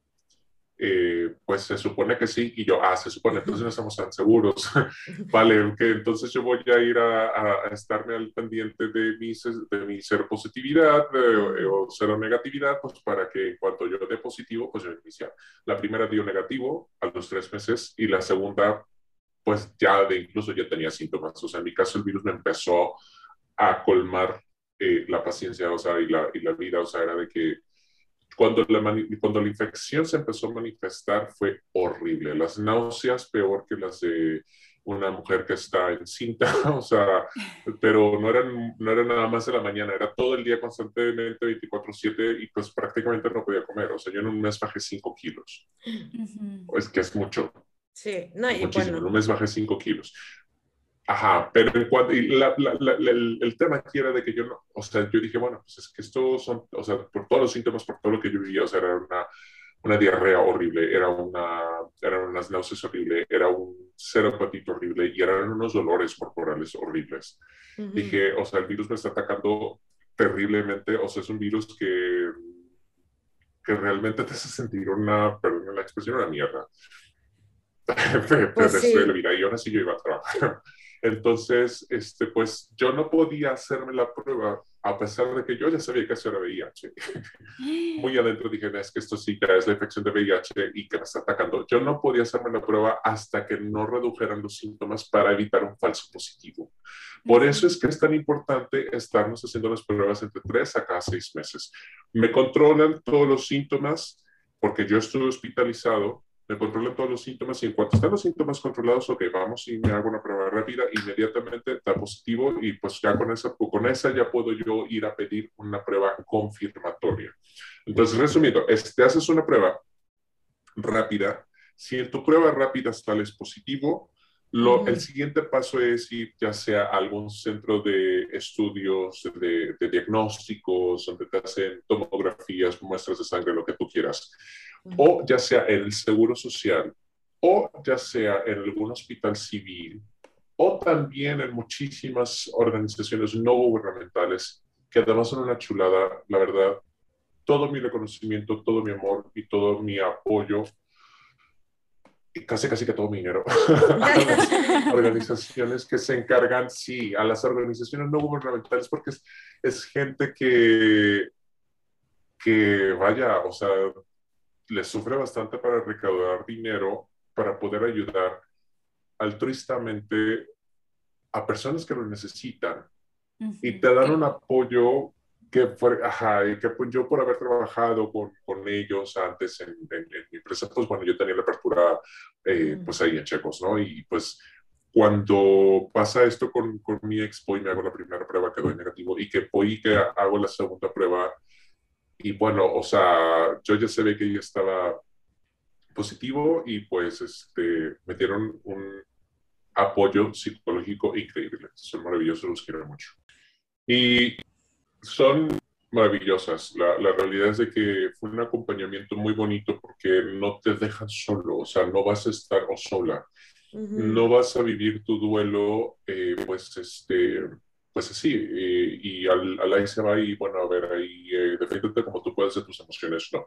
Eh, pues se supone que sí, y yo, ah, se supone, entonces no estamos tan seguros. Vale, que entonces yo voy a ir a, a, a estarme al pendiente de mi, de mi cero positividad eh, Ujú. o cero negatividad, pues para que en cuanto yo dé positivo, pues yo inicia. La primera dio negativo a los tres meses y la segunda, pues ya de incluso ya tenía síntomas. O sea, en mi caso el virus me empezó a colmar eh, la paciencia, o sea, y la, y la vida, o sea, era de que cuando la, cuando la infección se empezó a manifestar fue horrible. Las náuseas peor que las de una mujer que está encinta, o sea, pero no eran, no era nada más de la mañana, era todo el día constantemente, veinticuatro siete, y pues prácticamente no podía comer. O sea, yo en un mes bajé cinco kilos. Uh-huh. Es que es mucho. Sí, no, y muchísimo. bueno. En un mes bajé cinco kilos. Ajá, pero en cuanto, y la, la, la, el, el tema aquí era de que yo no, o sea, yo dije, bueno, pues es que esto son, o sea, por todos los síntomas, por todo lo que yo vivía, o sea, era una, una diarrea horrible, era una, eran unas náuseas horribles, era un cero apetito horrible y eran unos dolores corporales horribles. Uh-huh. Dije, o sea, el virus me está atacando terriblemente, o sea, es un virus que, que realmente te hace sentir una, perdón la expresión, una mierda. Pues sí. La vida, y ahora sí yo iba a trabajar. Entonces, este, pues yo no podía hacerme la prueba, a pesar de que yo ya sabía que eso era V I H. Muy adentro dije, es que esto sí ya es la infección de V I H y que me está atacando. Yo no podía hacerme la prueba hasta que no redujeran los síntomas para evitar un falso positivo. Por eso es que es tan importante estarnos haciendo las pruebas entre tres a cada seis meses. Me controlan todos los síntomas, porque yo estuve hospitalizado, me controlan todos los síntomas y en cuanto están los síntomas controlados, ok, vamos y me hago una prueba rápida, inmediatamente da positivo y pues ya con esa, con esa ya puedo yo ir a pedir una prueba confirmatoria. Entonces, resumiendo, te haces una prueba rápida. Si en tu prueba rápida sales positivo, lo, uh-huh. el siguiente paso es ir ya sea a algún centro de estudios, de, de diagnósticos, donde te hacen tomografías, muestras de sangre, lo que tú quieras. O ya sea en el Seguro Social, o ya sea en algún hospital civil, o también en muchísimas organizaciones no gubernamentales, que además son una chulada, la verdad. Todo mi reconocimiento, todo mi amor y todo mi apoyo, y casi casi que todo mi dinero, a las organizaciones que se encargan, sí, a las organizaciones no gubernamentales, porque es, es gente que, que vaya, o sea, les sufre bastante para recaudar dinero para poder ayudar altruistamente a personas que lo necesitan. Uh-huh. Y te dan un apoyo que, fue, ajá, y que pues, yo por haber trabajado con, con ellos antes en, en, en mi empresa, pues bueno, yo tenía la apertura eh, uh-huh. pues ahí en Checos, ¿no? Y pues cuando pasa esto con, con mi expo y me hago la primera prueba que doy negativo y que voy que hago la segunda prueba. Y bueno, o sea, yo ya sabía que ella estaba positivo y pues este, me dieron un apoyo psicológico increíble. Son maravillosos, los quiero mucho. Y son maravillosas. La, la realidad es de que fue un acompañamiento muy bonito porque no te dejan solo, o sea, no vas a estar o sola. Uh-huh. No vas a vivir tu duelo, eh, pues este... pues así, eh, y al, al ahí se va y bueno, a ver, ahí eh, defiéndete como tú puedes de tus emociones, ¿no?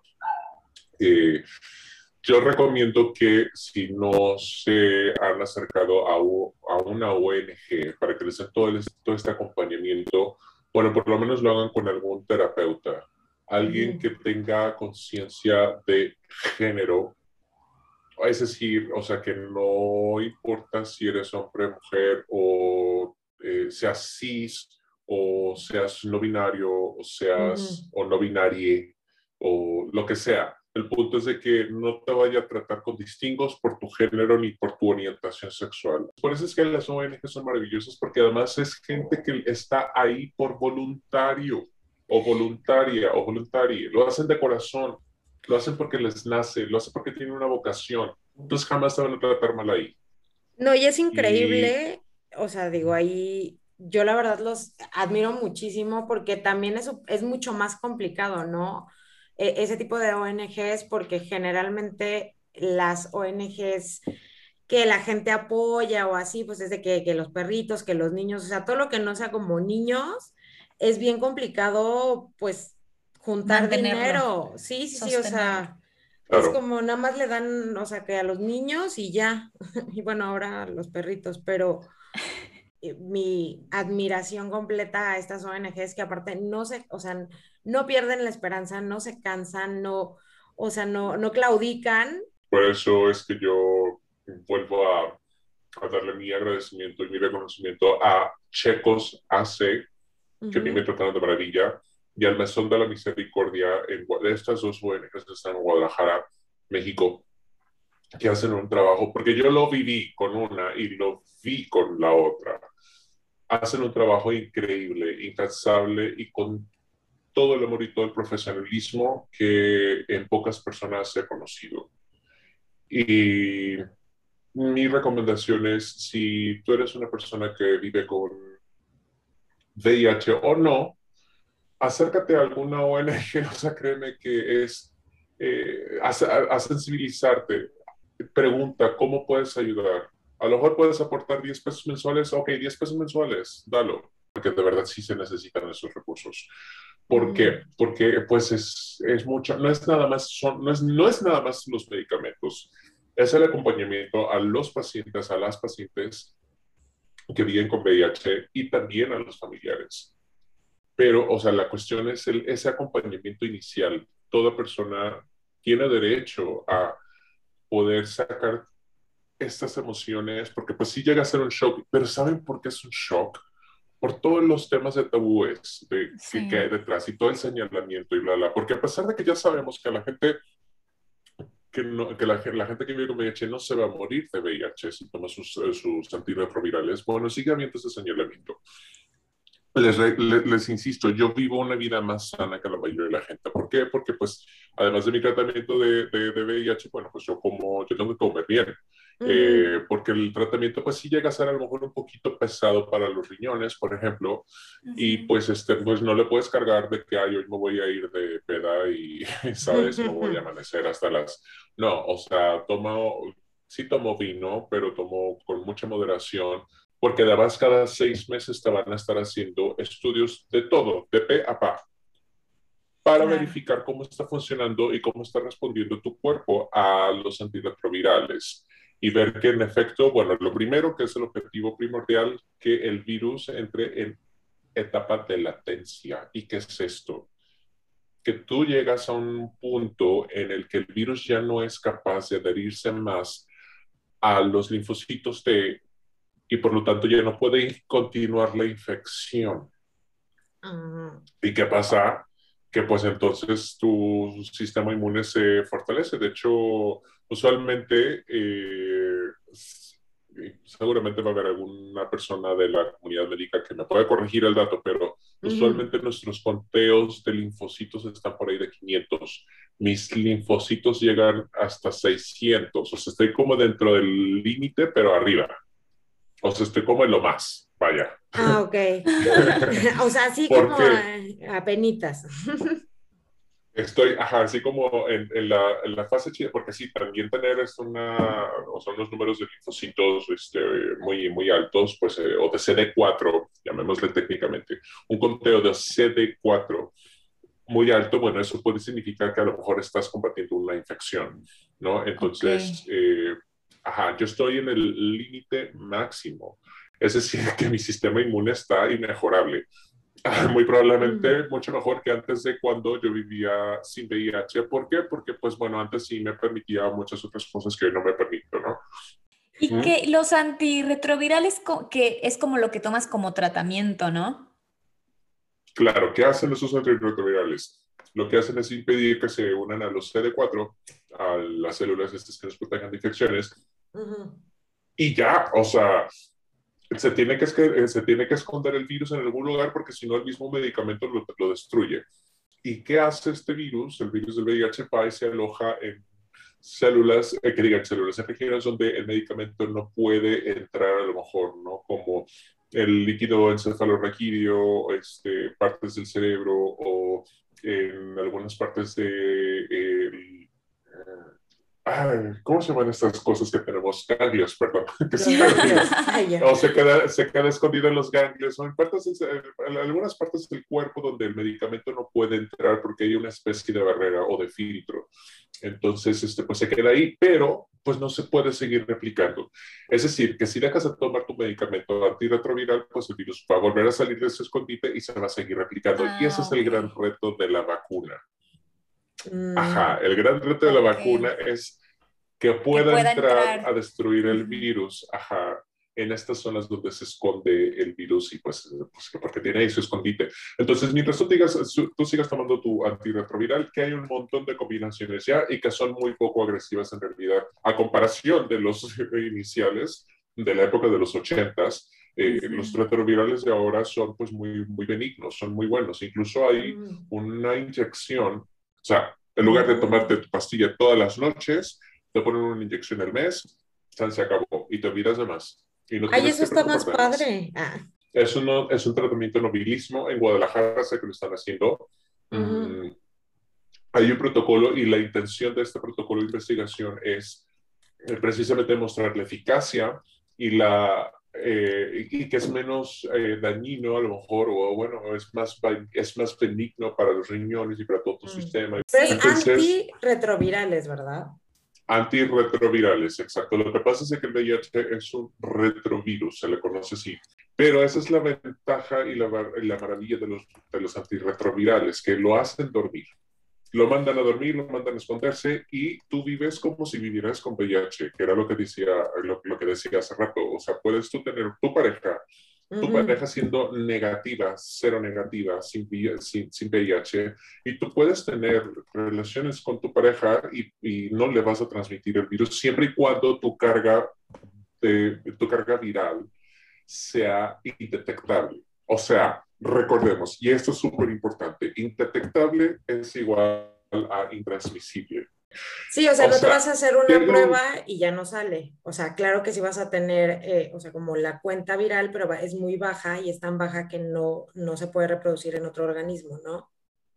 Eh, yo recomiendo que si no se han acercado a, u, a una O N G para que les den todo, el, todo este acompañamiento, bueno, por lo menos lo hagan con algún terapeuta, alguien mm. que tenga conciencia de género, es decir, o sea, que no importa si eres hombre, mujer o Eh, seas cis o seas no binario o seas uh-huh. o no binarie o lo que sea. El punto es de que no te vaya a tratar con distingos por tu género ni por tu orientación sexual. Por eso es que las O N G son maravillosas porque además es gente que está ahí por voluntario o voluntaria o voluntaria. Lo hacen de corazón, lo hacen porque les nace, lo hacen porque tienen una vocación. Entonces jamás te van a tratar mal ahí. No, y es increíble... Y... O sea, digo, ahí yo la verdad los admiro muchísimo porque también es, es mucho más complicado, ¿no? E- ese tipo de O N Ges, porque generalmente las O N Ges que la gente apoya o así, pues es de que, que los perritos, que los niños, o sea, todo lo que no sea como niños, es bien complicado, pues, juntar dinero. Sí, sí, sí, o sea... Claro. Es como nada más le dan, o sea, que a los niños y ya, y bueno, ahora a los perritos, pero mi admiración completa a estas O N Ges que aparte no se, o sea, no pierden la esperanza, no se cansan, no, o sea, no, no claudican. Por eso es que yo vuelvo a, a darle mi agradecimiento y mi reconocimiento a Checos A C, uh-huh. que a mí me trataron de maravilla. y al Mesón de la Misericordia. En, estas dos O N Ges están en Guadalajara, México, que hacen un trabajo, porque yo lo viví con una y lo vi con la otra. Hacen un trabajo increíble, incansable y con todo el amor y todo el profesionalismo que en pocas personas he conocido. Y mi recomendación es, si tú eres una persona que vive con V I H o no, acércate a alguna O N G, o sea, créeme que es eh, a, a sensibilizarte. Pregunta, ¿cómo puedes ayudar? A lo mejor puedes aportar diez pesos mensuales, ok, diez pesos mensuales, dalo, porque de verdad sí se necesitan esos recursos. ¿Por qué? Mm. Porque pues es, es mucho, no es nada más, son, no, es, no es nada más los medicamentos, es el acompañamiento a los pacientes, a las pacientes que viven con V I H y también a los familiares. Pero, o sea, la cuestión es el, ese acompañamiento inicial. Toda persona tiene derecho a poder sacar estas emociones, porque pues sí llega a ser un shock, pero ¿saben por qué es un shock? Por todos los temas de tabúes de, sí. que, que hay detrás y todo el señalamiento y bla, bla, porque a pesar de que ya sabemos que la gente que, no, que la, la gente que vive con V I H no se va a morir de V I H si toma sus, sus antirretrovirales, bueno, sigue habiendo ese señalamiento. Les, les, les insisto, yo vivo una vida más sana que la mayoría de la gente. ¿Por qué? Porque, pues, además de mi tratamiento de, de, de V I H, bueno, pues yo como, yo tengo que comer bien. Uh-huh. eh, porque el tratamiento, pues, sí llega a ser a lo mejor un poquito pesado para los riñones, por ejemplo, uh-huh. y, pues, este, pues, no le puedes cargar de que, ay, hoy me voy a ir de peda y, ¿sabes? No voy a amanecer hasta las... No, o sea, tomo, sí tomo vino, pero tomo con mucha moderación, porque además cada seis meses te van a estar haciendo estudios de todo, de pe a pa, para claro. verificar cómo está funcionando y cómo está respondiendo tu cuerpo a los antirretrovirales. Y ver que en efecto, bueno, lo primero que es el objetivo primordial, que el virus entre en etapa de latencia. ¿Y qué es esto? Que tú llegas a un punto en el que el virus ya no es capaz de adherirse más a los linfocitos T y por lo tanto ya no puede continuar la infección. Uh-huh. ¿Y qué pasa? Que pues entonces tu sistema inmune se fortalece. De hecho, usualmente, eh, seguramente va a haber alguna persona de la comunidad médica que me pueda corregir el dato, pero uh-huh. usualmente nuestros conteos de linfocitos están por ahí de quinientos. Mis linfocitos llegan hasta seiscientos. O sea, estoy como dentro del límite, pero arriba. O sea, estoy como en lo más, vaya. Ah, ok. O sea, así como a, a penitas. Estoy, ajá, así como en, en, la, en la fase chida, porque sí, también tener es una, o son unos números de linfocitos este, muy, muy altos, pues, eh, o de C D cuatro, llamémosle técnicamente, un conteo de C D cuatro muy alto, bueno, eso puede significar que a lo mejor estás combatiendo una infección, ¿no? Entonces, okay. eh, ajá, yo estoy en el límite máximo. Es decir, que mi sistema inmune está inmejorable. Muy probablemente mm. mucho mejor que antes de cuando yo vivía sin V I H. ¿Por qué? Porque, pues, bueno, antes sí me permitía muchas otras cosas que hoy no me permito, ¿no? Y ¿Mm? que los antirretrovirales, que es como lo que tomas como tratamiento, ¿no? Claro, ¿qué hacen esos antirretrovirales? Lo que hacen es impedir que se unan a los C D cuatro, a las células estas que nos protejan de infecciones, uh-huh. y ya, o sea, se tiene, que, se tiene que esconder el virus en algún lugar porque si no el mismo medicamento lo, lo destruye. ¿Y qué hace este virus? El virus del V I H va y se aloja en células, eh, que digan células, en regiones donde el medicamento no puede entrar a lo mejor, ¿no? Como el líquido encefalorraquídeo, este, partes del cerebro o en algunas partes de... Eh, Ay, ¿cómo se llaman estas cosas que tenemos? Ganglios, perdón. Que se, o se queda, se queda escondido en los ganglios o en, partes, en algunas partes del cuerpo donde el medicamento no puede entrar porque hay una especie de barrera o de filtro. Entonces, este, pues se queda ahí, pero pues no se puede seguir replicando. Es decir, que si dejas de tomar tu medicamento antirretroviral, pues el virus va a volver a salir de ese escondite y se va a seguir replicando. Ah, y ese okay. es el gran reto de la vacuna. Ajá, el gran reto de la okay. vacuna es que pueda, que pueda entrar, entrar a destruir el uh-huh. virus, ajá, en estas zonas donde se esconde el virus y pues, pues porque tiene ahí su escondite. Entonces, mientras tú, digas, tú sigas tomando tu antirretroviral, que hay un montón de combinaciones ya y que son muy poco agresivas en realidad, a comparación de los iniciales de la época de los ochentas. Eh, uh-huh. Los retrovirales de ahora son pues muy, muy benignos, son muy buenos. Incluso hay uh-huh. una inyección, o sea, en lugar de tomarte tu pastilla todas las noches, te ponen una inyección al mes, se acabó y te olvidas de más. Y no Ay, eso está más padre. Ah. Es, un, es un tratamiento nobilismo. En Guadalajara sé que lo están haciendo. Uh-huh. Mm, hay un protocolo y la intención de este protocolo de investigación es eh, precisamente mostrar la eficacia y la eh, y que es menos eh, dañino a lo mejor, o bueno, es más, es más benigno para los riñones y para todo tu mm. sistema. Pero es Entonces, antirretrovirales, ¿verdad? Antirretrovirales, exacto. Lo que pasa es que el V I H es un retrovirus, se le conoce así. Pero esa es la ventaja y la, la maravilla de los, de los antirretrovirales, que lo hacen dormir. Lo mandan a dormir, lo mandan a esconderse y tú vives como si vivieras con V I H, que era lo que decía, lo, lo que decía hace rato. O sea, puedes tú tener tu pareja, tu uh-huh. pareja siendo negativa, cero negativa, sin, sin, sin V I H, y tú puedes tener relaciones con tu pareja y, y no le vas a transmitir el virus siempre y cuando tu carga, de, tu carga viral sea indetectable. O sea, recordemos, y esto es súper importante, indetectable es igual a intransmisible. Sí, o sea, o no sea, te vas a hacer una tengo... prueba y ya no sale. O sea, claro que sí vas a tener, eh, o sea, como la cuenta viral, pero es muy baja y es tan baja que no, no se puede reproducir en otro organismo, ¿no?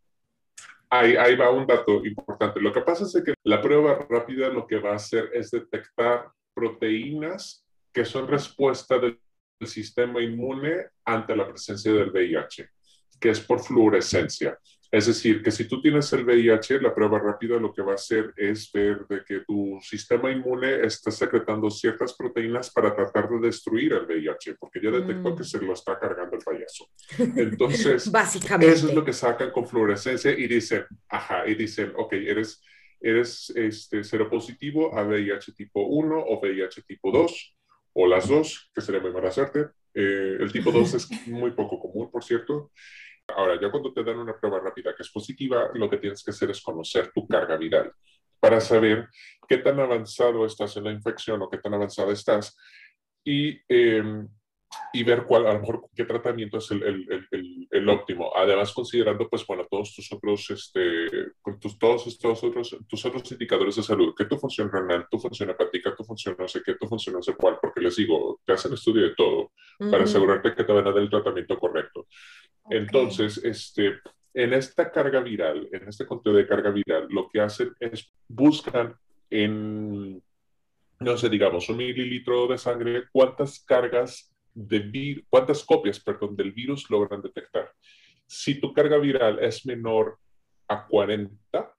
Ahí, ahí va un dato importante. Lo que pasa es que la prueba rápida lo que va a hacer es detectar proteínas que son respuesta del el sistema inmune ante la presencia del V I H, que es por fluorescencia. Es decir, que si tú tienes el V I H, la prueba rápida lo que va a hacer es ver de que tu sistema inmune está secretando ciertas proteínas para tratar de destruir el V I H, porque ya detectó mm. que se lo está cargando el payaso. Entonces, básicamente, eso es lo que sacan con fluorescencia y dicen, ajá, y dicen, ok, eres, eres este, seropositivo a V I H tipo uno o V I H tipo dos, o las dos, que sería muy mala suerte. Eh, el tipo dos es muy poco común, por cierto. Ahora, ya cuando te dan una prueba rápida que es positiva, lo que tienes que hacer es conocer tu carga viral para saber qué tan avanzado estás en la infección o qué tan avanzada estás y, eh, y ver cuál, a lo mejor, qué tratamiento es el, el, el, el óptimo. Además, considerando, pues, bueno, todos tus otros, este, tus, todos estos otros, tus otros indicadores de salud, que tu función renal, tu función hepática, tu función no sé qué, tu función no sé cuál, porque les digo, te hacen estudio de todo uh-huh. para asegurarte que te van a dar el tratamiento correcto. Okay. Entonces, este, en esta carga viral, en este conteo de carga viral, lo que hacen es buscan en, no sé, digamos, un mililitro de sangre, cuántas cargas de vir, cuántas copias, perdón, del virus logran detectar. Si tu carga viral es menor a cuarenta,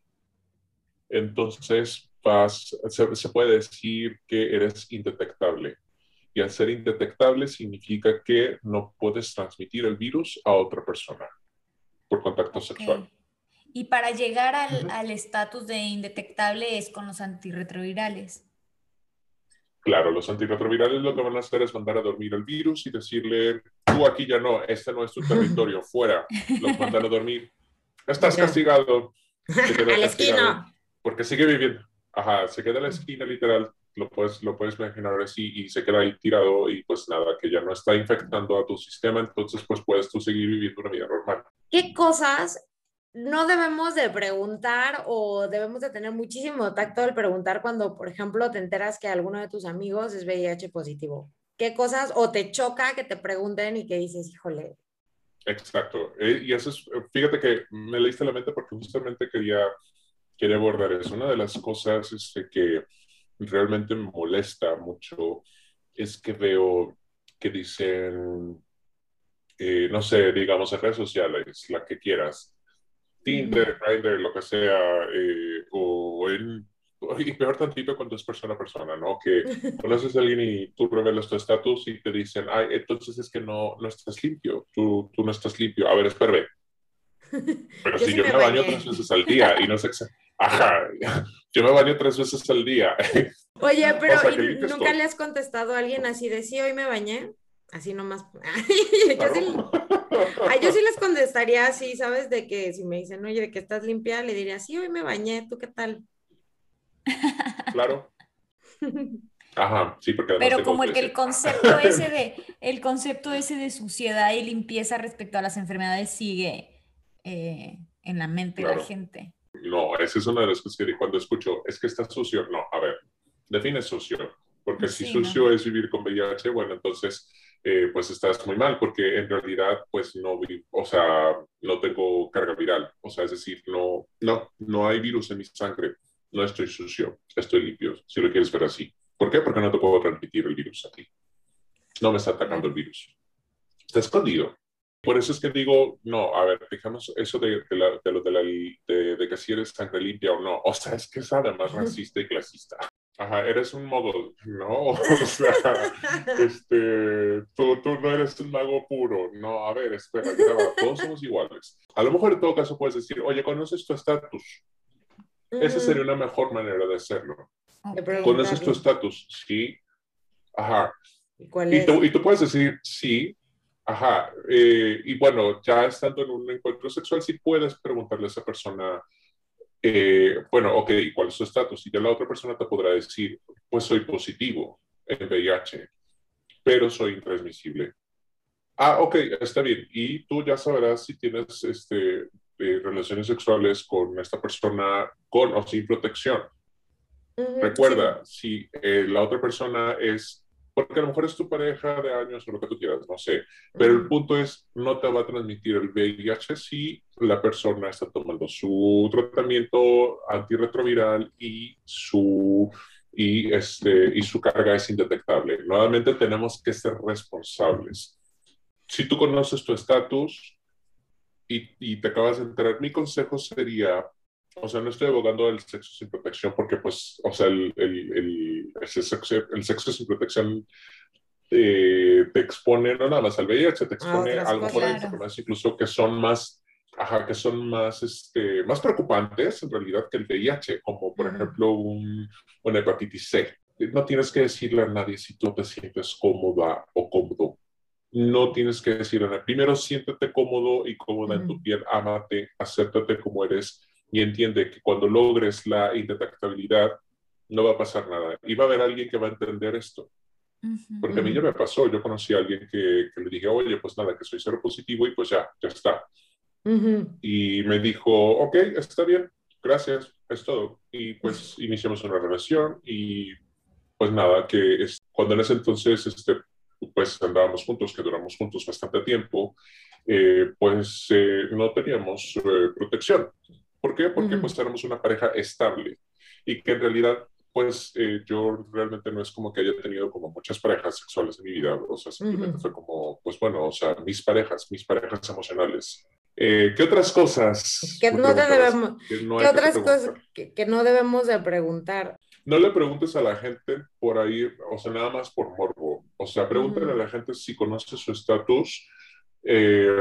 entonces vas, se, se puede decir que eres indetectable. Y al ser indetectable significa que no puedes transmitir el virus a otra persona por contacto okay. sexual. Y para llegar al estatus uh-huh. de indetectable es con los antirretrovirales. Claro, los antirretrovirales lo que van a hacer es mandar a dormir al virus y decirle, tú aquí ya no, este no es tu territorio, fuera. Los mandan a dormir. Estás castigado. Se queda a la esquina. Porque sigue viviendo. Ajá, se queda en la esquina literal. Lo puedes, lo puedes imaginar así y se queda ahí tirado y pues nada, que ya no está infectando a tu sistema, entonces pues puedes tú seguir viviendo una vida normal. ¿Qué cosas no debemos de preguntar o debemos de tener muchísimo tacto al preguntar cuando, por ejemplo, te enteras que alguno de tus amigos es V I H positivo? ¿Qué cosas o te choca que te pregunten y que dices, híjole? Exacto, eh, y eso es, fíjate que me leíste la mente porque justamente quería, quería abordar eso. Una de las cosas este, que realmente me molesta mucho es que veo que dicen, eh, no sé, digamos en redes sociales, la que quieras, Tinder, Grindr, lo que sea, eh, o en, y peor tantito cuando es persona a persona, ¿no? Que conoces a alguien y tú revelas tu estatus y te dicen, ay, entonces es que no, no estás limpio, tú, tú no estás limpio. A ver, espérame. Pero yo si sí yo me, me baño tres veces al día y no sé, ajá, Yo me baño tres veces al día. Oye, pero O sea, ¿y que limpias nunca todo. le has contestado a alguien así de sí, hoy me bañé? Así nomás. Yo Claro. sí, ay, yo sí les contestaría así, ¿sabes? De que si me dicen, oye, de que estás limpia, le diría, sí, hoy me bañé, ¿tú qué tal? Claro. Ajá, sí, porque además Pero tengo como el que el trece. concepto ese de, el concepto ese de suciedad y limpieza respecto a las enfermedades sigue eh, en la mente de la Claro. gente. No, esa es una de las cosas que cuando escucho, es que está sucio. No, a ver, define sucio. Porque si Sí, sucio ¿no? es vivir con V I H, bueno, entonces, eh, pues estás muy mal, porque en realidad, pues no, vi- o sea, no tengo carga viral. O sea, es decir, no, no, no hay virus en mi sangre. No estoy sucio, estoy limpio, si lo quieres ver así. ¿Por qué? Porque no te puedo transmitir el virus a ti. No me está atacando el Claro. virus. Está escondido. Por eso es que digo, no, a ver, dejamos eso de, de, la, de lo de, la, de, de que si eres sangre limpia o no. O sea, es que es además racista y clasista. Ajá, eres un mogol, ¿no? O sea, este, tú, tú no eres un mago puro. No, a ver, espera, ya va, todos somos iguales. A lo mejor en todo caso puedes decir, oye, ¿conoces tu estatus? Esa sería Ujú, una mejor manera de hacerlo. de Ok. ¿Conoces tu preguntarle, estatus? Sí. Ajá. ¿y cuál Y tú, es? y tú puedes decir sí, ajá, eh, y bueno, ya estando en un encuentro sexual, sí puedes preguntarle a esa persona, eh, bueno, ok, ¿cuál es su estatus? Y ya la otra persona te podrá decir, pues soy positivo en V I H, pero soy intransmisible. Ah, ok, está bien. Y tú ya sabrás si tienes este, eh, relaciones sexuales con esta persona con o sin protección. Ujú, sí, Recuerda, si eh, la otra persona es, porque a lo mejor es tu pareja de años o lo que tú quieras, no sé, pero el ujú, punto es, no te va a transmitir el V I H si la persona está tomando su tratamiento antirretroviral y su, y, este, y su carga es indetectable. Nuevamente tenemos que ser responsables. Si tú conoces tu estatus y, y te acabas de enterar, mi consejo sería, o sea, no estoy abogando del sexo sin protección porque, pues, o sea, el, el, el, el sexo, el sexo sin protección eh, te expone no nada más al V I H, te a expone otras a lo mejor a cosas. Claro. enfermedades incluso que son más, ajá, que son más, este, más preocupantes en realidad que el V I H, como por Ujú, ejemplo un, una hepatitis C. No tienes que decirle a nadie si tú te sientes cómoda o cómodo. No tienes que decir nada. Primero siéntete cómodo y cómoda en tu ujú, piel, ámate, acéptate como eres y entiende que cuando logres la indetectabilidad no va a pasar nada. Y va a haber alguien que va a entender esto. Ujú. Porque a mí ya ujú, me pasó, yo conocí a alguien que, que le dije, oye, pues nada, que soy cero positivo y pues ya, ya está. ujú. Y me dijo, ok, está bien, gracias, es todo. Y pues iniciamos una relación y pues nada, que es, cuando en ese entonces, este, pues andábamos juntos, que duramos juntos bastante tiempo, eh, pues eh, no teníamos eh, protección. ¿Por qué? Porque Ujú, pues éramos una pareja estable y que en realidad, pues eh, yo realmente no es como que haya tenido como muchas parejas sexuales en mi vida, o sea, simplemente ujú. fue como, pues bueno, o sea, mis parejas, mis parejas emocionales. Eh, ¿Qué otras cosas Que me no te preguntabas debemos, que no ¿qué hay que otras cosas preguntar? que, que no debemos de preguntar? No le preguntes a la gente por ahí, o sea, nada más por morbo. O sea, pregúntale a Ujú, la gente si conoce su estatus. Eh,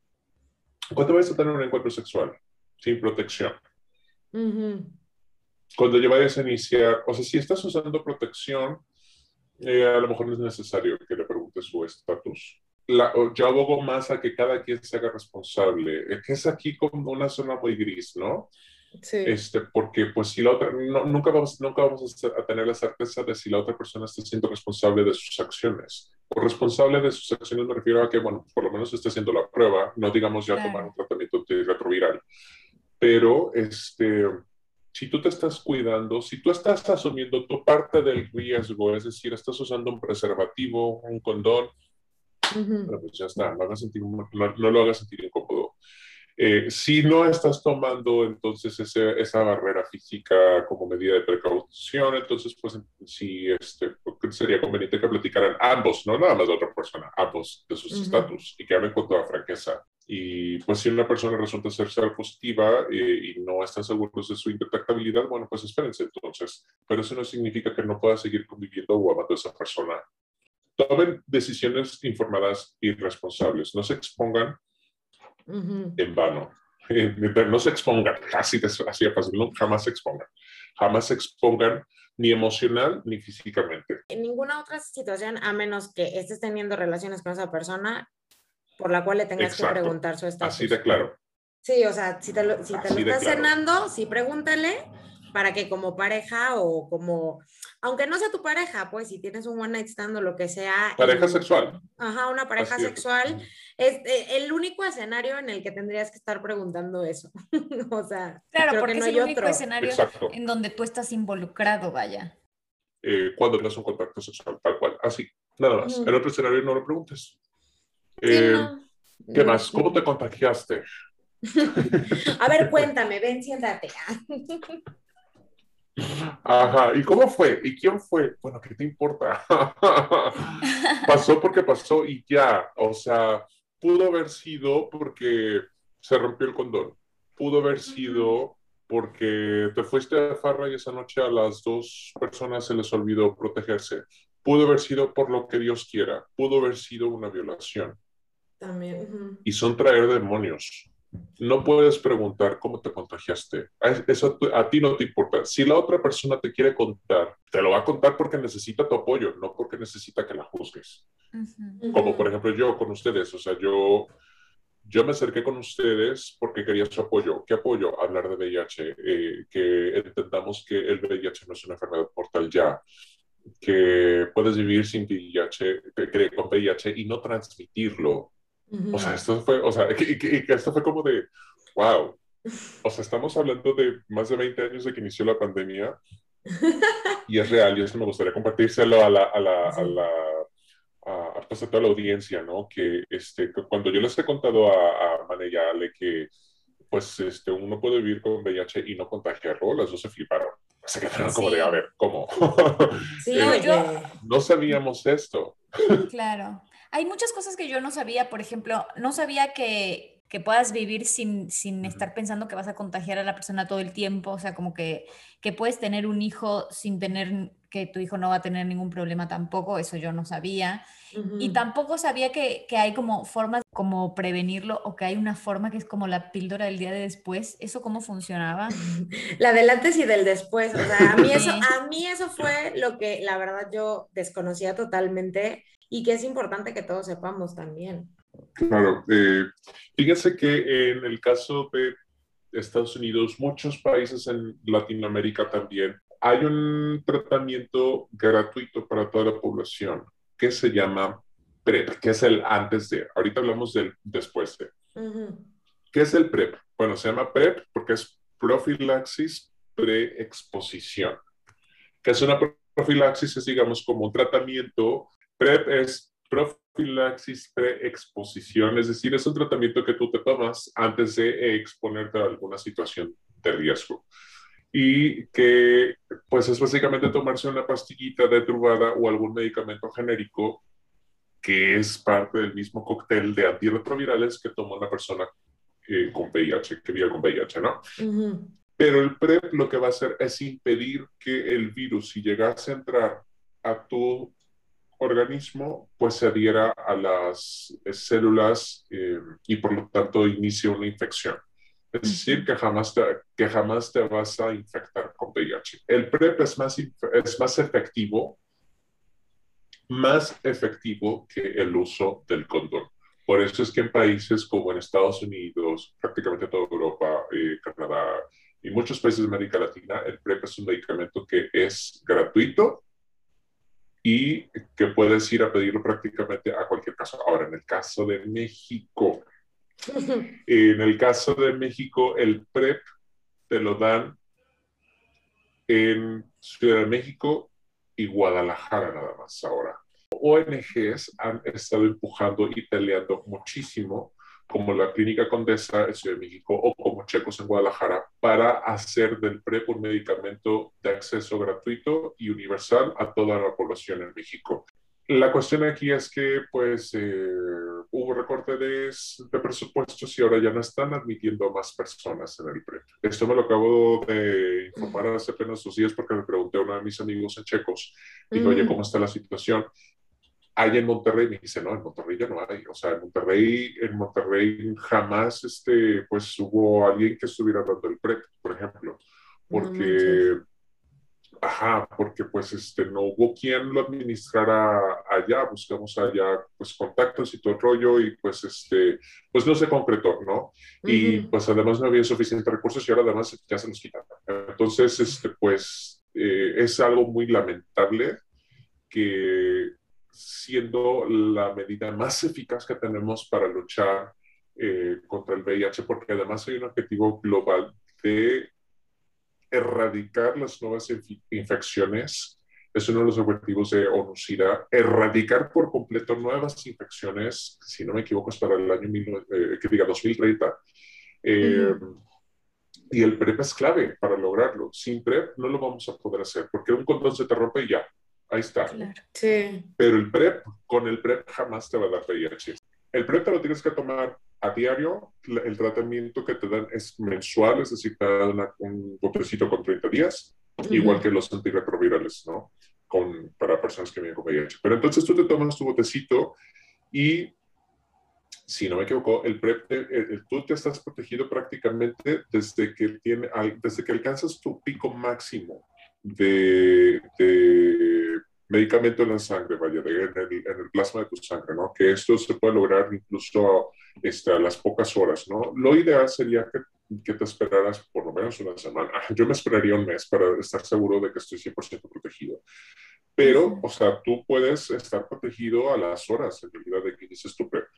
¿Cuándo vas a tener un encuentro sexual? Sin protección. ujú, Cuando ya vayas a iniciar, o sea, si estás usando protección, eh, a lo mejor no es necesario que le preguntes su estatus. La- o- yo abogo más a que cada quien se haga responsable. Es que es aquí como una zona muy gris, ¿no? sí. Este, porque pues si la otra, no, nunca vamos, nunca vamos a, a, tener la certeza de si la otra persona está siendo responsable de sus acciones. Por responsable de sus acciones me refiero a que, bueno, por lo menos está haciendo la prueba, no digamos ya tomar Claro. un tratamiento retroviral, pero este, si tú te estás cuidando, si tú estás asumiendo tu parte del riesgo, es decir, estás usando un preservativo, un condón, Ujú, bueno, pues ya está, no, hagas sentir, no, no lo hagas sentir incómodo. Eh, si no estás tomando entonces ese, esa barrera física como medida de precaución, entonces pues sí este, sería conveniente que platicaran ambos, no nada más la otra persona, ambos de sus ujú, estatus y que hablen con toda franqueza. Y pues si una persona resulta ser ser positiva eh, y no están seguros de su indetectabilidad, bueno, pues espérense entonces. Pero eso no significa que no pueda seguir conviviendo o amando a esa persona. Tomen decisiones informadas y responsables. No se expongan ujú. en vano. No se expongan, así de, así de fácil, no, jamás se expongan. jamás se expongan ni emocional ni físicamente. En ninguna otra situación, a menos que estés teniendo relaciones con esa persona por la cual le tengas Exacto. que preguntar su estatus. Así de claro. Sí, o sea, si te lo, si te lo estás claro. cenando, sí pregúntale para que como pareja o como, aunque no sea tu pareja, pues si tienes un one night stand o lo que sea. Pareja y, sexual. Ajá, una pareja Así sexual. Es, es el único escenario en el que tendrías que estar preguntando eso. O sea, claro, creo porque que no es el hay único otro. escenario Exacto. en donde tú estás involucrado, vaya. Eh, cuando tienes un contacto sexual, tal cual. Así, nada más. Uh-huh. En otro escenario no lo preguntes. Sí, Eh, no. ¿Qué no, más? ¿Cómo te contagiaste? A ver, cuéntame, ven, siéntate. Ajá, ¿y cómo fue? ¿Y quién fue? Bueno, ¿qué te importa? Pasó porque pasó y ya. O sea, pudo haber sido porque se rompió el condón. Pudo haber sido porque te fuiste de farra y esa noche a las dos personas se les olvidó protegerse. Pudo haber sido por lo que Dios quiera. Pudo haber sido una violación. También. Uh-huh. Y son traer demonios. No puedes preguntar cómo te contagiaste. Eso a ti no te importa. Si la otra persona te quiere contar, te lo va a contar porque necesita tu apoyo, no porque necesita que la juzgues. Uh-huh. Como por ejemplo yo con ustedes. O sea, yo, yo me acerqué con ustedes porque quería su apoyo. ¿Qué apoyo? Hablar de V I H. Eh, que entendamos que el V I H no es una enfermedad mortal ya. Que puedes vivir sin V I H, que, con V I H y no transmitirlo. Uh-huh. O sea, esto fue, o sea, que, que, que esto fue como de, wow. O sea, estamos hablando de más de veinte años de que inició la pandemia y es real y esto me gustaría compartírselo a la, a la, sí. a la a, pues a toda la audiencia, ¿no? Que, este, que cuando yo les he contado a, a Mane y a Ale que, pues, este, uno puede vivir con V I H y no contagiarlo, las dos se fliparon. Se quedaron sí. como de, a ver, ¿cómo? Sí, eh, yo... No sabíamos esto. Claro. Hay muchas cosas que yo no sabía, por ejemplo, no sabía que, que puedas vivir sin, sin uh-huh. estar pensando que vas a contagiar a la persona todo el tiempo, o sea, como que, que puedes tener un hijo sin tener, que tu hijo no va a tener ningún problema tampoco, eso yo no sabía. Uh-huh. Y tampoco sabía que, que hay como formas como prevenirlo o que hay una forma que es como la píldora del día de después. ¿Eso cómo funcionaba? La del antes y del después, o sea, a mí eso, a mí eso fue lo que la verdad yo desconocía totalmente y que es importante que todos sepamos también. Claro, eh, fíjense que en el caso de Estados Unidos, muchos países en Latinoamérica también, hay un tratamiento gratuito para toda la población que se llama PrEP, que es el antes de, ahorita hablamos del después de. Uh-huh. ¿Qué es el PrEP? Bueno, se llama PrEP porque es profilaxis preexposición. ¿Qué es una profilaxis? Es, digamos, como un tratamiento. PrEP es profilaxis preexposición, es decir, es un tratamiento que tú te tomas antes de exponerte a alguna situación de riesgo. Y que, pues, es básicamente tomarse una pastillita de Truvada o algún medicamento genérico que es parte del mismo cóctel de antirretrovirales que toma una persona eh, con V I H, que vive con V I H, ¿no? Uh-huh. Pero el PrEP lo que va a hacer es impedir que el virus, si llegase a entrar a tu organismo, pues se adhiera a las células eh, y por lo tanto inicie una infección. Es decir, que jamás, te, que jamás te vas a infectar con V I H. El PrEP es más, es más efectivo, más efectivo que el uso del condón. Por eso es que en países como en Estados Unidos, prácticamente toda Europa, eh, Canadá y muchos países de América Latina, el PrEP es un medicamento que es gratuito y que puedes ir a pedirlo prácticamente a cualquier caso. Ahora, en el caso de México, en el caso de México, el PrEP te lo dan en Ciudad de México y Guadalajara nada más ahora. O N Ges han estado empujando y peleando muchísimo, como la Clínica Condesa en Ciudad de México o como Checos en Guadalajara, para hacer del PrEP un medicamento de acceso gratuito y universal a toda la población en México. La cuestión aquí es que pues eh, hubo recorte de, de presupuestos y ahora ya no están admitiendo más personas en el PrEP. Esto me lo acabo de informar hace apenas dos días porque me pregunté a uno de mis amigos en Checos. Dijo, mm. oye, ¿cómo está la situación? Hay en Monterrey, me dice, no, en Monterrey ya no hay. O sea, en Monterrey, en Monterrey jamás este, pues, hubo alguien que estuviera dando el PrEP, por ejemplo. Porque, no Ajá, porque pues este, no hubo quien lo administrara allá, buscamos allá pues contactos y todo el rollo y pues este, pues no se concretó, ¿no? Y Ujú. pues además no había suficientes recursos y ahora además ya se nos quitaron. Entonces, este, pues eh, es algo muy lamentable que siendo la medida más eficaz que tenemos para luchar eh, contra el V I H, porque además hay un objetivo global de erradicar las nuevas inf- infecciones. Es uno de los objetivos de ONU-SIDA, erradicar por completo nuevas infecciones, si no me equivoco es para el año mil, eh, que diga dos mil treinta, eh, Ujú. y el PrEP es clave para lograrlo. Sin PrEP no lo vamos a poder hacer, porque un condón se te rompe y ya, ahí está. Claro. Sí. Pero el PrEP, con el PrEP jamás te va a dar V I H. El PrEP te lo tienes que tomar a diario. El tratamiento que te dan es mensual, es decir, te dan una, un botecito con treinta días, igual Ujú. que los antirretrovirales, ¿no? Con, para personas que viven con V I H. Pero entonces tú te tomas tu botecito y, si no me equivoco, el PrEP, el, el, tú te estás protegido prácticamente desde que, tiene, desde que alcanzas tu pico máximo de, de medicamento en la sangre, vaya, de, en, el, en, el, plasma de tu sangre, ¿no? Que esto se puede lograr incluso este, a las pocas horas, ¿no? Lo ideal sería que, que te esperaras por lo menos una semana. Yo me esperaría un mes para estar seguro de que estoy cien por ciento protegido. Pero, o sea, tú puedes estar protegido a las horas, en realidad, de que inicies tu PrEP.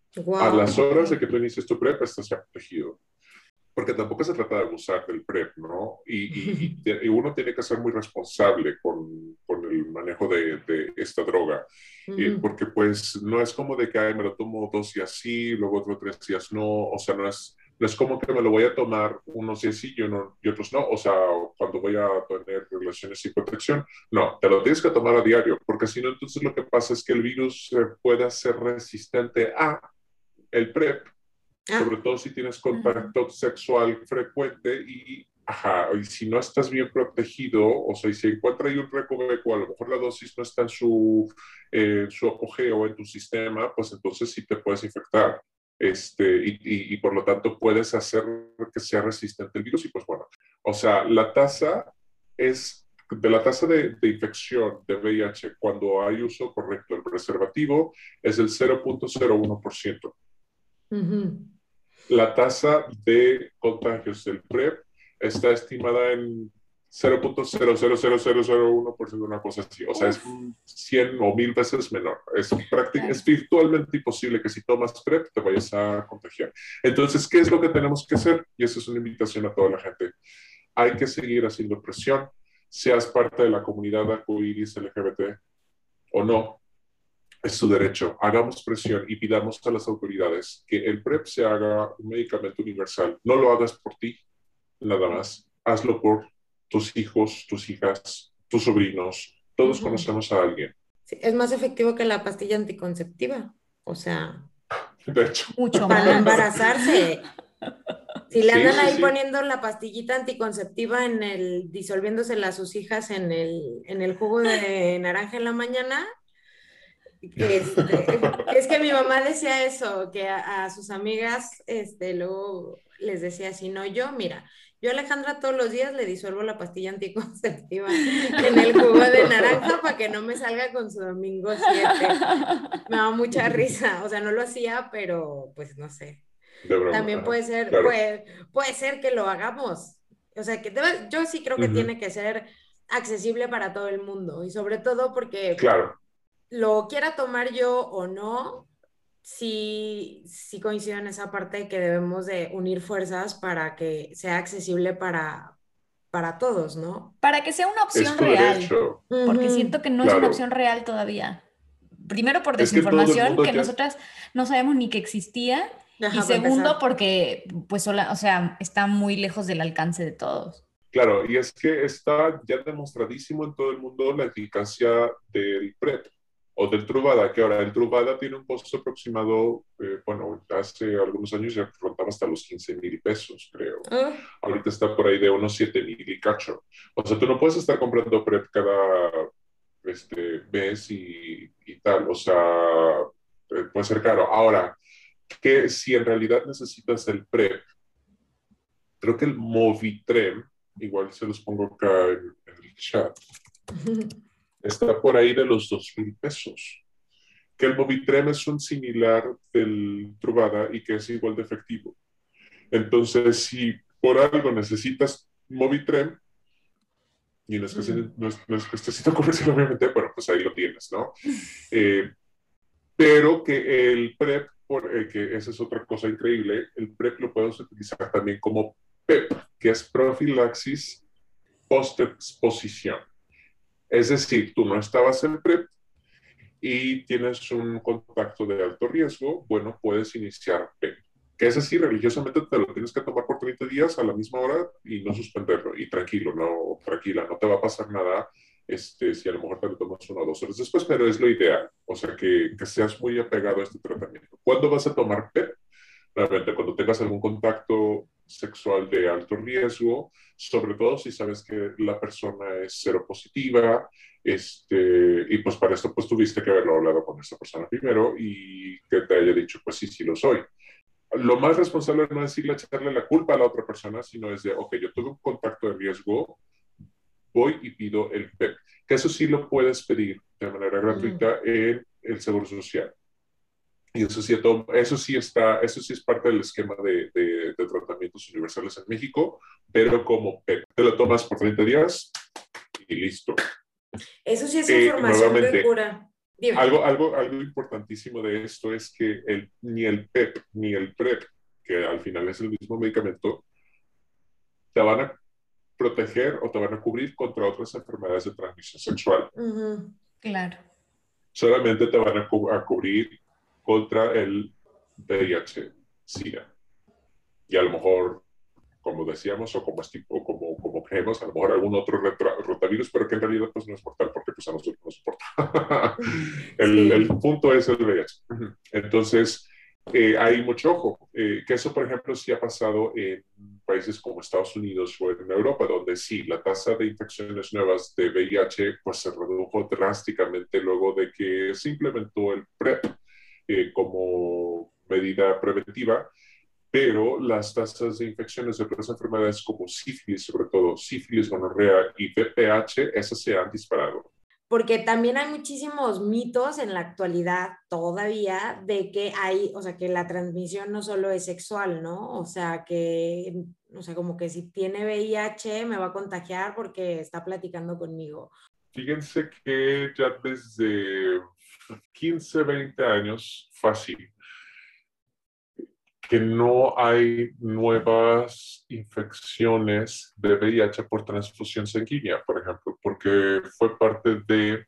A Wow, las horas de ok. que tú inicies tu PrEP, estás ya protegido. Porque tampoco se trata de abusar del PrEP, ¿no? Y, y, y uno tiene que ser muy responsable con, con el manejo de, de esta droga. Eh, Ujú. porque pues no es como de que ay, me lo tomo dos días sí, luego otros tres días no. O sea, no es, no es como que me lo voy a tomar unos días sí y, uno, y otros no. O sea, cuando voy a tener relaciones sin protección, no, te lo tienes que tomar a diario. Porque si no, entonces lo que pasa es que el virus eh, pueda ser resistente a el PrEP, Ah, sobre todo si tienes Ujú. contacto sexual frecuente y, ajá, y si no estás bien protegido, o sea, y si encuentra ahí un recoveco, a lo mejor la dosis no está en su, eh, su apogeo en tu sistema, pues entonces sí te puedes infectar. Este, y, y, y por lo tanto puedes hacer que sea resistente el virus y pues bueno, o sea, la tasa es de la tasa de, de, infección de V I H cuando hay uso correcto del preservativo es del cero punto cero uno por ciento. ujú. La tasa de contagios del PrEP está estimada en cero punto cero cero cero cero cero uno por ciento, una cosa así. O sea, es Uf, cien o mil veces menor. Es, claro. es virtualmente imposible que si tomas PrEP te vayas a contagiar. Entonces, ¿qué es lo que tenemos que hacer? Y eso es una invitación a toda la gente. Hay que seguir haciendo presión, seas parte de la comunidad arcoíris L G B T o no, es su derecho. Hagamos presión y pidamos a las autoridades que el PrEP se haga un medicamento universal. No lo hagas por ti, nada más. Hazlo por tus hijos, tus hijas, tus sobrinos. Todos Ujú. conocemos a alguien. Sí, es más efectivo que la pastilla anticonceptiva. O sea, De hecho. Mucho para no más. embarazarse. Si le Sí, andan sí, ahí sí. poniendo la pastillita anticonceptiva en el, disolviéndosela a sus hijas en el, en el jugo de naranja en la mañana, este, es que mi mamá decía eso, que a, a sus amigas, este, luego les decía así, no, yo, mira, yo a Alejandra todos los días le disuelvo la pastilla anticonceptiva en el jugo de naranja para que no me salga con su domingo siete. Me daba mucha risa, o sea, no lo hacía, pero pues no sé. De broma. También Ajá. puede ser, Claro. puede, puede ser que lo hagamos. O sea, que debe, yo sí creo Uh que -huh. tiene que ser accesible para todo el mundo y sobre todo porque Claro. lo quiera tomar yo o no, sí, sí coincido en esa parte de que debemos de unir fuerzas para que sea accesible para, para todos, ¿no? Para que sea una Es opción tu real, derecho. Uh porque -huh. siento que no es una Claro. opción real todavía. Primero por Es que todo el desinformación, mundo que ya... nosotras no sabemos ni que existía, y Ajá, para segundo empezar. porque, pues, sola- o sea, está muy lejos del alcance de todos. Claro, y es que está ya demostradísimo en todo el mundo la eficacia del PrEP o del Truvada, que ahora el Truvada tiene un costo aproximado, eh, bueno, hace algunos años ya rondaba hasta los quince mil pesos, creo. Uh, Ahorita está por ahí de unos siete mil y cacho. O sea, tú no puedes estar comprando PrEP cada este, mes y, y tal, o sea, eh, puede ser caro. Ahora, que si en realidad necesitas el PrEP, creo que el Movitren igual se los pongo acá en, en el chat, está por ahí de los dos mil pesos. Que el Movitrem es un similar del Truvada y que es igual de efectivo. Entonces, si por algo necesitas Movitrem, y no es que, Ujú. no es, no es que esté siendo comercial, obviamente, bueno, pues ahí lo tienes, ¿no? Eh, pero que el PrEP, por, eh, que esa es otra cosa increíble, el PrEP lo puedes utilizar también como PEP, que es profilaxis post-exposición. Es decir, tú no estabas en PrEP y tienes un contacto de alto riesgo, bueno, puedes iniciar PEP. Que es así, religiosamente te lo tienes que tomar por treinta días a la misma hora y no suspenderlo. Y tranquilo, no, tranquila, no te va a pasar nada este, si a lo mejor te lo tomas una o dos horas después, pero es lo ideal. O sea, que, que seas muy apegado a este tratamiento. ¿Cuándo vas a tomar PEP? Realmente, cuando tengas algún contacto sexual de alto riesgo, sobre todo si sabes que la persona es seropositiva, este, y pues para esto pues tuviste que haberlo hablado con esa persona primero y que te haya dicho, pues sí, sí lo soy. Lo más responsable no es irle a echarle la culpa a la otra persona, sino es de, ok, yo tuve un contacto de riesgo, voy y pido el PEP, que eso sí lo puedes pedir de manera Ujú. gratuita en el Seguro Social. Y eso sí, eso sí está, eso sí es parte del esquema de, de, de tratamientos universales en México, pero como PEP, te lo tomas por treinta días y listo. Eso sí es Eh, información que nuevamente, cura. Dime. algo, algo, algo importantísimo de esto es que el, ni el PEP ni el PrEP, que al final es el mismo medicamento, te van a proteger o te van a cubrir contra otras enfermedades de transmisión sexual. Ujú. Claro. Solamente te van a, cu a cubrir contra el V I H, SIDA. Y a lo mejor, como decíamos, o como, o como, como creemos, a lo mejor algún otro rotavirus, pero que en realidad pues no es mortal, porque pues a nosotros nos importa. el, el Sí. punto es el V I H. Entonces, eh, hay mucho ojo, eh, que eso, por ejemplo, sí ha pasado en países como Estados Unidos o en Europa, donde sí, la tasa de infecciones nuevas de V I H pues se redujo drásticamente luego de que se implementó el PrEP eh, como medida preventiva, pero las tasas de infecciones de otras enfermedades como sífilis, sobre todo sífilis, gonorrea y V P H, esas se han disparado. Porque también hay muchísimos mitos en la actualidad todavía de que hay, o sea, que la transmisión no solo es sexual, ¿no? O sea, que, o sea, como que si tiene V I H me va a contagiar porque está platicando conmigo. Fíjense que ya desde quince, veinte años, fácil, que no hay nuevas infecciones de V I H por transfusión sanguínea, por ejemplo, porque fue parte de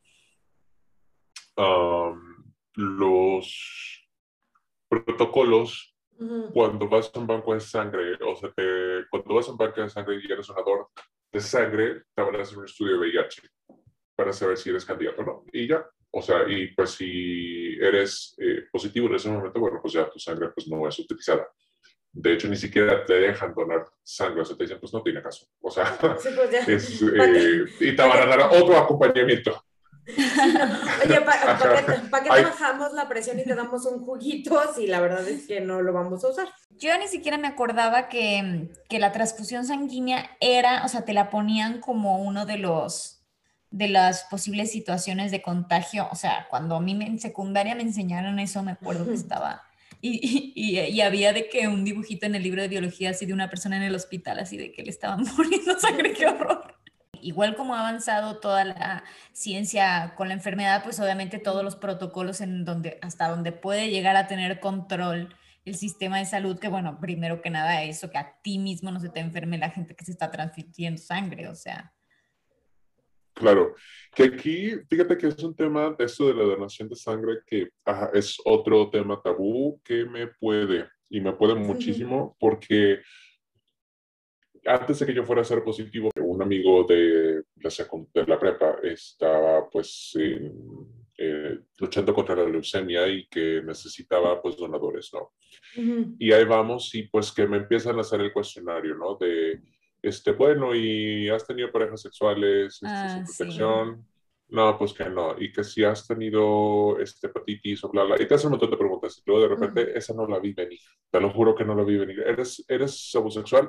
um, los protocolos Ujú. cuando vas a un banco de sangre, o sea, te, cuando vas a un banco de sangre y eres donador de sangre, te van a hacer un estudio de V I H para saber si eres candidato o no. Y ya, o sea, y pues si eres eh, positivo en ese momento, bueno, pues ya tu sangre pues no es utilizada. De hecho, ni siquiera te dejan donar sangre, o sea, te dicen, pues no tiene caso. O sea, Sí, pues ya. es, ¿Para eh, qué? y te ¿Pa van a qué? dar otro acompañamiento. Sí, no. Oye, ¿para pa qué, te, pa qué te Hay, bajamos la presión y te damos un juguito si la verdad es que no lo vamos a usar? Yo ni siquiera me acordaba que, que la transfusión sanguínea era, o sea, te la ponían como uno de los de las posibles situaciones de contagio. O sea, cuando a mí me- en secundaria me enseñaron eso, me acuerdo que estaba y, y, y, y había de que un dibujito en el libro de biología así de una persona en el hospital, así de que le estaban poniendo sangre, qué horror. Igual como ha avanzado toda la ciencia con la enfermedad, pues obviamente todos los protocolos en donde, hasta donde puede llegar a tener control el sistema de salud, que bueno, primero que nada eso, que a ti mismo no se te enferme la gente que se está transmitiendo sangre, o sea. claro, que aquí, fíjate que es un tema de esto de la donación de sangre que ajá, es otro tema tabú que me puede, y me puede muchísimo, porque antes de que yo fuera a ser positivo, un amigo de la, de la prepa estaba pues eh, eh, luchando contra la leucemia y que necesitaba pues donadores, ¿no? Ujú. Y ahí vamos y pues que me empiezan a hacer el cuestionario, ¿no? De, este, bueno, ¿y has tenido parejas sexuales este, sin Ah, sí. protección? No, pues que no. Y que si has tenido este, hepatitis o bla, bla. Y te hacen un montón de preguntas. Y luego de Ujú. repente, esa no la vi venir. Te lo juro que no la vi venir. ¿Eres, eres homosexual?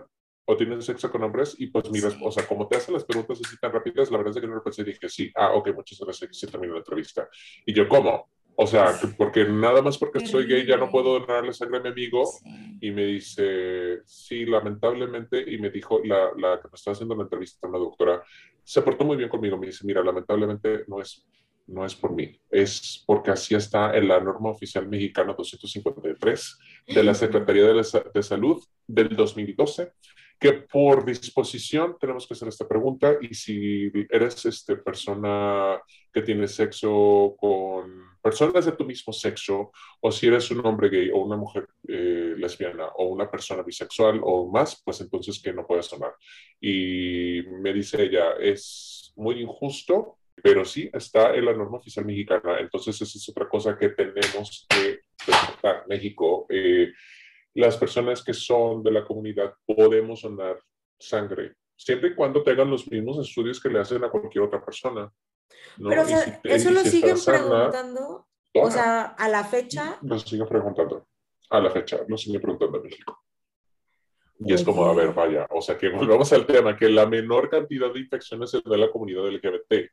¿O tienen sexo con hombres? Y pues mira, sí. O sea, como te hacen las preguntas así tan rápidas, la verdad es que no lo pensé y dije, sí, ah, ok, muchas gracias, que se terminó la entrevista. Y yo, ¿cómo? O sea, porque nada más porque Terrible. soy gay ya no puedo donarle sangre a mi amigo. Sí. Y me dice, sí, lamentablemente, y me dijo, la, la que me estaba haciendo la entrevista, una doctora, se portó muy bien conmigo, me dice, mira, lamentablemente no es, no es por mí, es porque así está en la norma oficial mexicana doscientos cincuenta y tres de la Secretaría de, la, de Salud del dos mil doce, que por disposición tenemos que hacer esta pregunta, y si eres este, persona que tiene sexo con personas de tu mismo sexo, o si eres un hombre gay o una mujer eh, lesbiana o una persona bisexual o más, pues entonces que no puedes donar. Y me dice ella, es muy injusto, pero sí está en la norma oficial mexicana, entonces esa es otra cosa que tenemos que respetar. México, eh, las personas que son de la comunidad podemos donar sangre, siempre y cuando tengan los mismos estudios que le hacen a cualquier otra persona, ¿no? Pero, o sea, y si, eso y lo si siguen sana, preguntando, dona. O sea, a la fecha. Lo siguen preguntando, a la fecha, lo siguen preguntando en México. Y Oye. es como, a ver, vaya, o sea, que volvamos al tema, que la menor cantidad de infecciones es de la comunidad L G B T.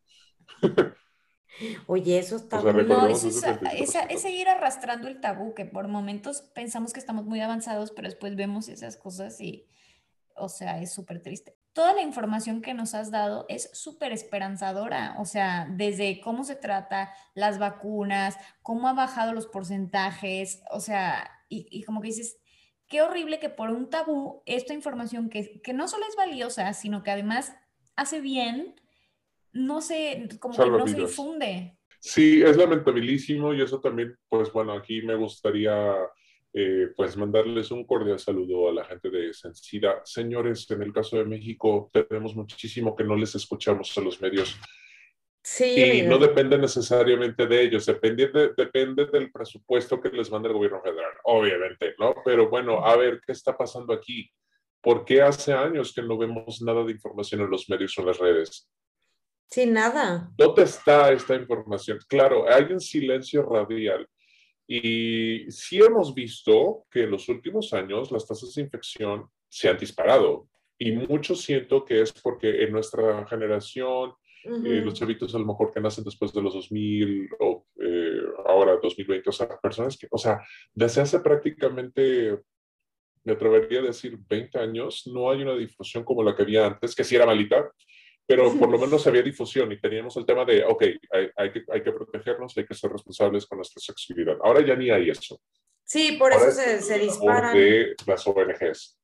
Oye, eso está o sea, muy... No, eso es, es, es seguir arrastrando el tabú, que por momentos pensamos que estamos muy avanzados, pero después vemos esas cosas y, o sea, es súper triste. Toda la información que nos has dado es súper esperanzadora, o sea, desde cómo se trata las vacunas, cómo ha bajado los porcentajes, o sea, y, y como que dices, qué horrible que por un tabú esta información que, que no solo es valiosa, sino que además hace bien, no se, como Salva que no vidas. se difunde. Sí, es lamentabilísimo, y eso también, pues bueno, aquí me gustaría eh, pues mandarles un cordial saludo a la gente de Sencida. Señores, en el caso de México tenemos muchísimo que no les escuchamos a los medios. Sí, y oiga. no depende necesariamente de ellos, depende, de, depende del presupuesto que les manda el gobierno federal, obviamente, ¿no? Pero bueno, a ver, ¿qué está pasando aquí? ¿Por qué hace años que no vemos nada de información en los medios o en las redes? Sin nada. ¿Dónde está esta información? Claro, hay un silencio radial. Y sí hemos visto que en los últimos años las tasas de infección se han disparado. Y mucho siento que es porque en nuestra generación, uh-huh. eh, los chavitos a lo mejor que nacen después de los dos mil o eh, ahora dos mil veinte, o sea, personas que, o sea, desde hace prácticamente, me atrevería a decir veinte años, no hay una difusión como la que había antes, que sí era malita, pero por lo menos había difusión y teníamos el tema de, ok, hay, hay, que, hay que protegernos, hay que ser responsables con nuestra sexualidad. Ahora ya ni hay eso. Sí, por Ahora eso se, se disparan. de las O N Ges.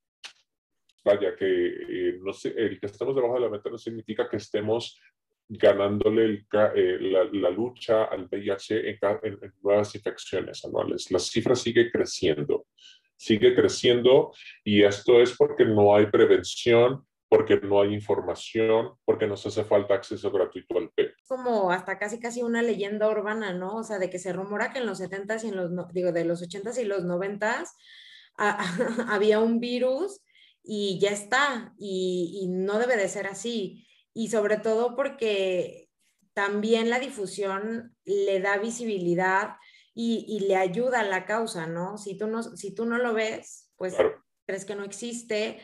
Vaya, que eh, no sé, el que estemos debajo de la meta no significa que estemos ganándole el, eh, la, la lucha al V I H en, en, en nuevas infecciones anuales. La cifra sigue creciendo, sigue creciendo, y esto es porque no hay prevención, porque no hay información, porque nos hace falta acceso gratuito al P E P. Como hasta casi casi una leyenda urbana, ¿no? O sea, de que se rumora que en los setentas y en los, digo, de los ochentas y los noventas a, a, había un virus y ya está, y, y no debe de ser así. Y sobre todo porque también la difusión le da visibilidad y, y le ayuda a la causa, ¿no? Si tú no, si tú no lo ves, pues claro. Crees que no existe.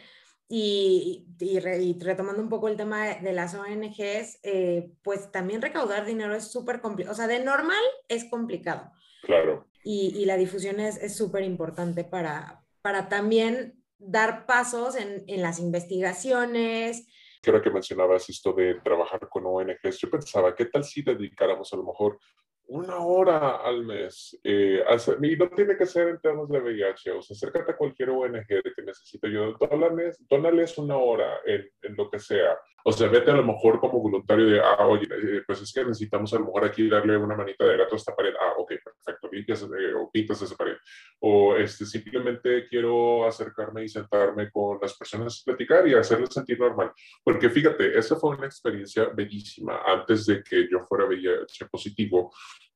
Y, y, re, y retomando un poco el tema de las O N Ges, eh, pues también recaudar dinero es súper complicado. O sea, de normal es complicado. Claro. Y, y la difusión es súper importante para, para también dar pasos en, en las investigaciones. Creo que mencionabas esto de trabajar con O N Ges. Yo pensaba, ¿qué tal si dedicáramos a lo mejor una hora al mes? Eh, hacer, y no tiene que ser en temas de V I H, o sea, acércate a cualquier O N G de que necesite ayuda, dónales, dónales una hora en, en lo que sea. O sea, vete a lo mejor como voluntario de, ah, oye, pues es que necesitamos a lo mejor aquí darle una manita de gato a esta pared. Ah, ok, perfecto, limpias eh, o pintas esa pared. O este, simplemente quiero acercarme y sentarme con las personas, platicar y hacerles sentir normal. Porque fíjate, esa fue una experiencia bellísima. Antes de que yo fuera V I H positivo,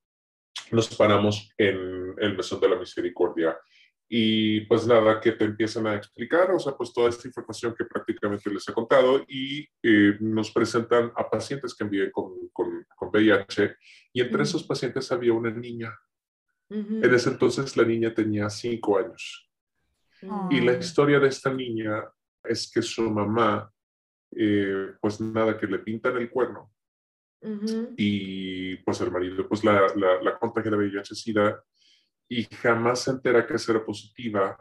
nos paramos en el Mesón de la Misericordia. Y pues nada, que te empiezan a explicar, o sea, pues toda esta información que prácticamente les he contado, y eh, nos presentan a pacientes que viven con, con, con V I H, y entre uh-huh. esos pacientes había una niña. Uh-huh. En ese entonces la niña tenía cinco años. Uh-huh. Y la historia de esta niña es que su mamá, eh, pues nada, que le pintan el cuerno. Uh-huh. Y pues el marido pues la, la, la contagia de V I H SIDA y jamás se entera que es seropositiva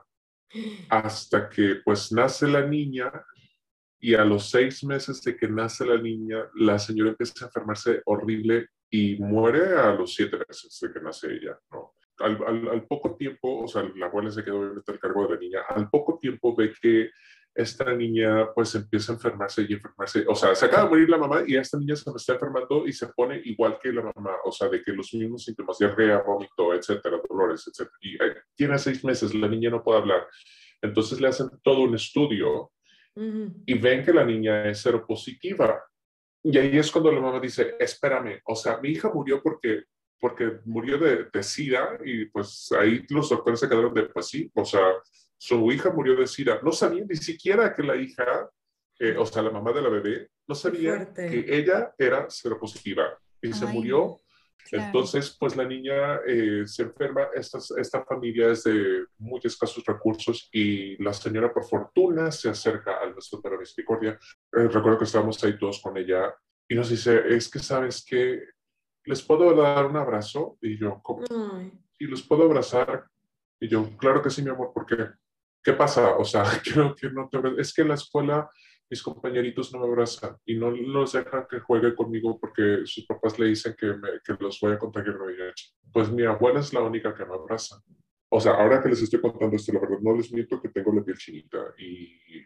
hasta que pues nace la niña y a los seis meses de que nace la niña, la señora empieza a enfermarse horrible y muere a los siete meses de que nace ella, ¿no? Al, al, al poco tiempo, o sea, la abuela se quedó obviamente al cargo de la niña, al poco tiempo ve que esta niña pues empieza a enfermarse y enfermarse, o sea, se acaba de morir la mamá y esta niña se está enfermando y se pone igual que la mamá, o sea, de que los mismos síntomas, diarrea, vómito, etcétera, dolores, etcétera. Y eh, tiene seis meses, la niña no puede hablar. Entonces le hacen todo un estudio uh-huh. y ven que la niña es seropositiva. Y ahí es cuando la mamá dice, espérame, o sea, mi hija murió porque, porque murió de, de SIDA y pues ahí los doctores se quedaron de, pues sí, o sea, su hija murió de SIDA. No sabía ni siquiera que la hija, eh, o sea, la mamá de la bebé, no sabía que ella era seropositiva y Ay, se murió. Claro. Entonces, pues la niña eh, se enferma, esta, esta familia es de muy escasos recursos y la señora por fortuna se acerca al Nuestro de la Misericordia. Eh, recuerdo que estábamos ahí todos con ella y nos dice, es que sabes que les puedo dar un abrazo y yo, ¿cómo? Ay. ¿Y los puedo abrazar? Y yo, claro que sí, mi amor, ¿por qué? ¿Qué pasa? O sea, creo que no te es que en la escuela mis compañeritos no me abrazan y no los dejan que juegue conmigo porque sus papás le dicen que, me, que los voy a contagiar V I H. Pues mi abuela es la única que me abraza. O sea, ahora que les estoy contando esto, la verdad no les miento que tengo la piel chinita y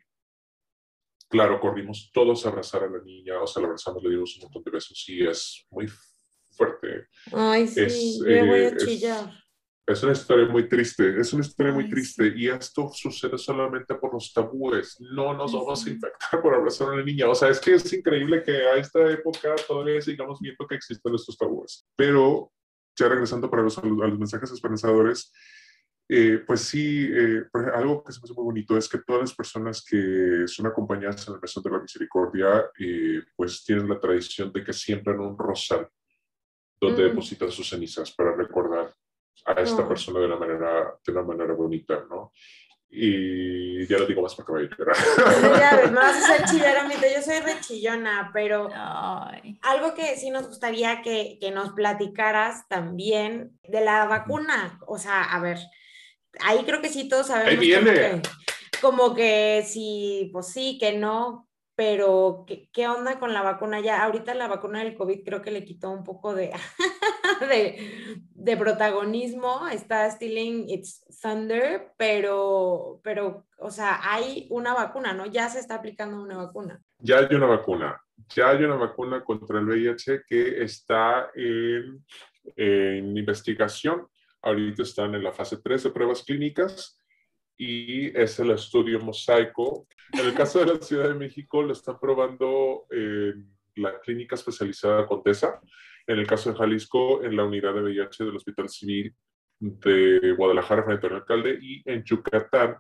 claro, corrimos todos a abrazar a la niña, o sea, la abrazamos, le dimos un montón de besos y es muy fuerte. Ay, sí, es, yo eh, voy a chillar. Es, Es una historia muy triste, es una historia Ay, muy triste sí. y esto sucede solamente por los tabúes. No nos vamos a infectar por abrazar a una niña. O sea, es que es increíble que a esta época todavía sigamos viendo que existen estos tabúes. Pero ya regresando para los, a los mensajes esperanzadores, eh, pues sí, eh, algo que se me hace muy bonito es que todas las personas que son acompañadas en el Mesón de la Misericordia, eh, pues tienen la tradición de que siembran un rosal donde mm. depositan sus cenizas para recordar a esta no. persona de una manera, de una manera bonita, ¿no? Y ya no digo más porque voy a llorar. Ya, me vas a hacer chillar a mí, yo soy re chillona, pero Ay. algo que sí nos gustaría que, que nos platicaras también de la vacuna, o sea, a ver, ahí creo que sí todos sabemos ahí viene. Como, que, como que sí, pues sí, que no, pero ¿qué, qué onda con la vacuna? Ya ahorita la vacuna del COVID creo que le quitó un poco de, de, de protagonismo, está stealing its thunder, pero, pero, o sea, hay una vacuna, ¿no? Ya se está aplicando una vacuna. Ya hay una vacuna, ya hay una vacuna contra el V I H que está en, en investigación. Ahorita están en la fase tres de pruebas clínicas y es el estudio Mosaico. En el caso de la Ciudad de México lo están probando en la clínica especializada Condesa. En el caso de Jalisco, en la unidad de V I H del Hospital Civil de Guadalajara frente al alcalde, y en Yucatán,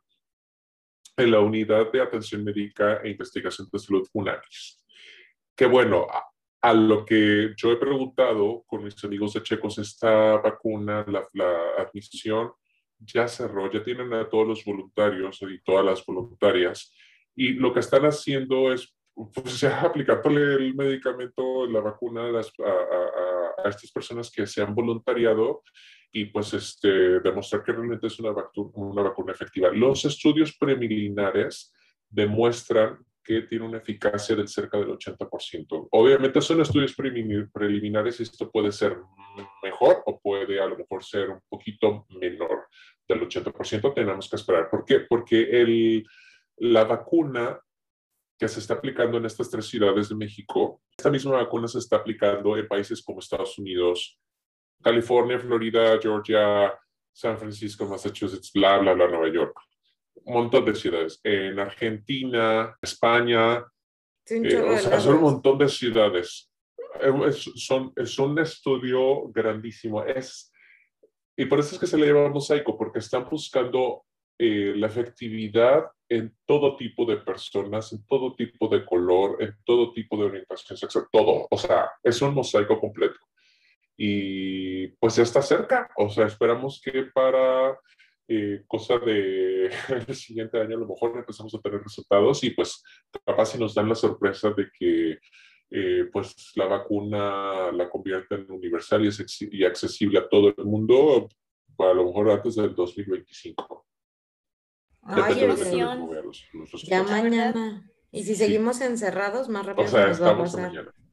en la unidad de atención médica e investigación de salud UNAMIS. Que bueno, a, a lo que yo he preguntado con mis amigos de Checos, esta vacuna, la, la admisión ya cerró, ya tienen a todos los voluntarios y todas las voluntarias, y lo que están haciendo es pues ya aplicándole el medicamento, la vacuna a, las, a, a, a estas personas que se han voluntariado y pues este, demostrar que realmente es una vacuna, una vacuna efectiva. Los estudios preliminares demuestran que tiene una eficacia del cerca del ochenta por ciento. Obviamente son estudios preliminares y esto puede ser mejor o puede a lo mejor ser un poquito menor del ochenta por ciento. Tenemos que esperar. ¿Por qué? Porque el, la vacuna que se está aplicando en estas tres ciudades de México, esta misma vacuna se está aplicando en países como Estados Unidos, California, Florida, Georgia, San Francisco, Massachusetts, bla, bla, bla, Nueva York. Un montón de ciudades. En Argentina, España, eh, o sea, son un montón de ciudades. Es, son, es un estudio grandísimo. Es, y por eso es que se le llama Mosaico, porque están buscando eh, la efectividad en todo tipo de personas, en todo tipo de color, en todo tipo de orientación sexual, todo. O sea, es un mosaico completo. Y pues ya está cerca. O sea, esperamos que para eh, cosa de el siguiente año a lo mejor empezamos a tener resultados y pues capaz si nos dan la sorpresa de que eh, pues la vacuna la convierten en universal y, es y accesible a todo el mundo, a lo mejor antes del dos mil veinticinco. Ay, qué Depende de cómo emoción. vean los, los Ya resultados. mañana. Y si Sí, seguimos encerrados, más o rápido se sea, nos va a estamos a pasar. mañana.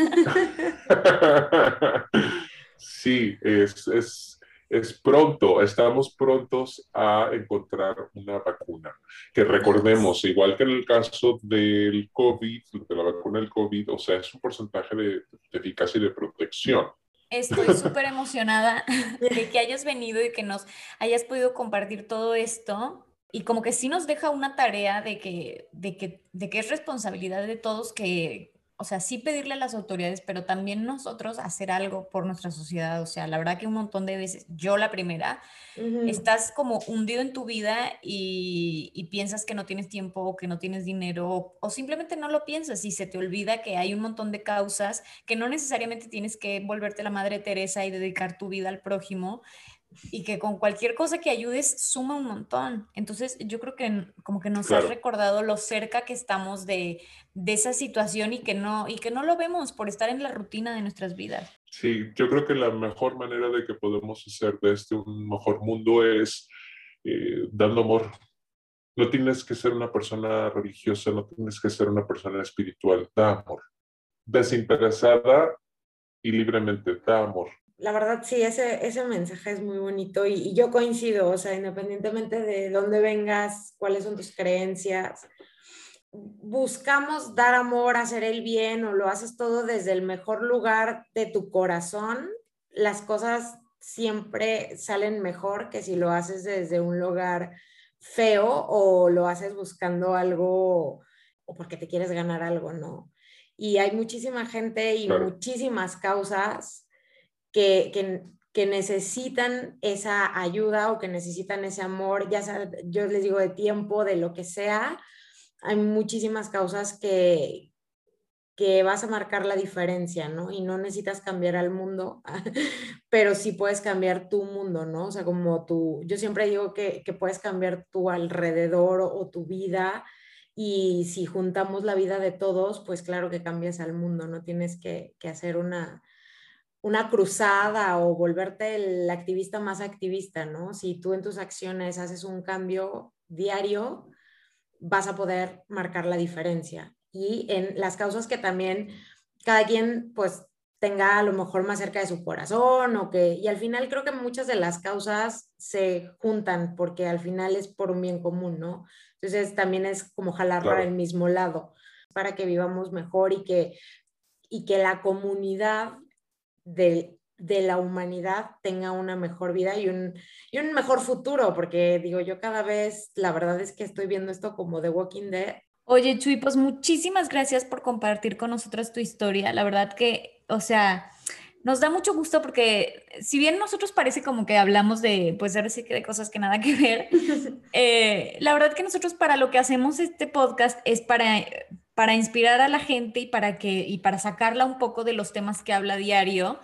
Sí, es, es, es pronto, estamos prontos a encontrar una vacuna. Que recordemos, igual que en el caso del COVID, de la vacuna del COVID, o sea, es un porcentaje de, de eficacia y de protección. Estoy súper emocionada de que hayas venido y que nos hayas podido compartir todo esto. Y como que sí nos deja una tarea de que, de que, de que es responsabilidad de todos que, o sea, sí pedirle a las autoridades, pero también nosotros hacer algo por nuestra sociedad. O sea, la verdad que un montón de veces, yo la primera, Ujú. estás como hundido en tu vida y, y piensas que no tienes tiempo o que no tienes dinero o, o simplemente no lo piensas y se te olvida que hay un montón de causas que no necesariamente tienes que volverte la Madre Teresa y dedicar tu vida al prójimo y que con cualquier cosa que ayudes suma un montón. Entonces yo creo que como que nos has Claro, recordado lo cerca que estamos de, de esa situación y que, no, y que no lo vemos por estar en la rutina de nuestras vidas. sí, yo creo que la mejor manera de que podemos hacer de este un mejor mundo es eh, dando amor. No tienes que ser una persona religiosa, no tienes que ser una persona espiritual, da amor. Desinteresada y libremente, da amor. La verdad, sí, ese, ese mensaje es muy bonito y, y yo coincido, o sea, independientemente de dónde vengas, cuáles son tus creencias, buscamos dar amor, hacer el bien o lo haces todo desde el mejor lugar de tu corazón, las cosas siempre salen mejor que si lo haces desde un lugar feo o lo haces buscando algo o porque te quieres ganar algo, ¿no? Y hay muchísima gente y Claro, muchísimas causas que, que, que necesitan esa ayuda o que necesitan ese amor, ya sea, yo les digo, de tiempo, de lo que sea. Hay muchísimas causas que, que vas a marcar la diferencia, ¿no? Y no necesitas cambiar al mundo, pero sí puedes cambiar tu mundo, ¿no? O sea, como tú, yo siempre digo que, que puedes cambiar tu alrededor o, o tu vida y si juntamos la vida de todos, pues claro que cambias al mundo, no tienes que, que hacer una, una cruzada o volverte el activista más activista, ¿no? Si tú en tus acciones haces un cambio diario, vas a poder marcar la diferencia. Y en las causas que también cada quien pues tenga a lo mejor más cerca de su corazón o que, y al final creo que muchas de las causas se juntan porque al final es por un bien común, ¿no? Entonces también es como jalar para el claro. mismo lado, para que vivamos mejor y que, y que la comunidad de, de la humanidad tenga una mejor vida y un, y un mejor futuro, porque digo, yo cada vez, la verdad es que estoy viendo esto como The Walking Dead. Oye, Chuy, pues muchísimas gracias por compartir con nosotros tu historia. La verdad que, o sea, nos da mucho gusto porque si bien nosotros parece como que hablamos de, pues ahora sí que de cosas que nada que ver, eh, la verdad que nosotros para lo que hacemos este podcast es para, para inspirar a la gente y para que, y para sacarla un poco de los temas que habla a diario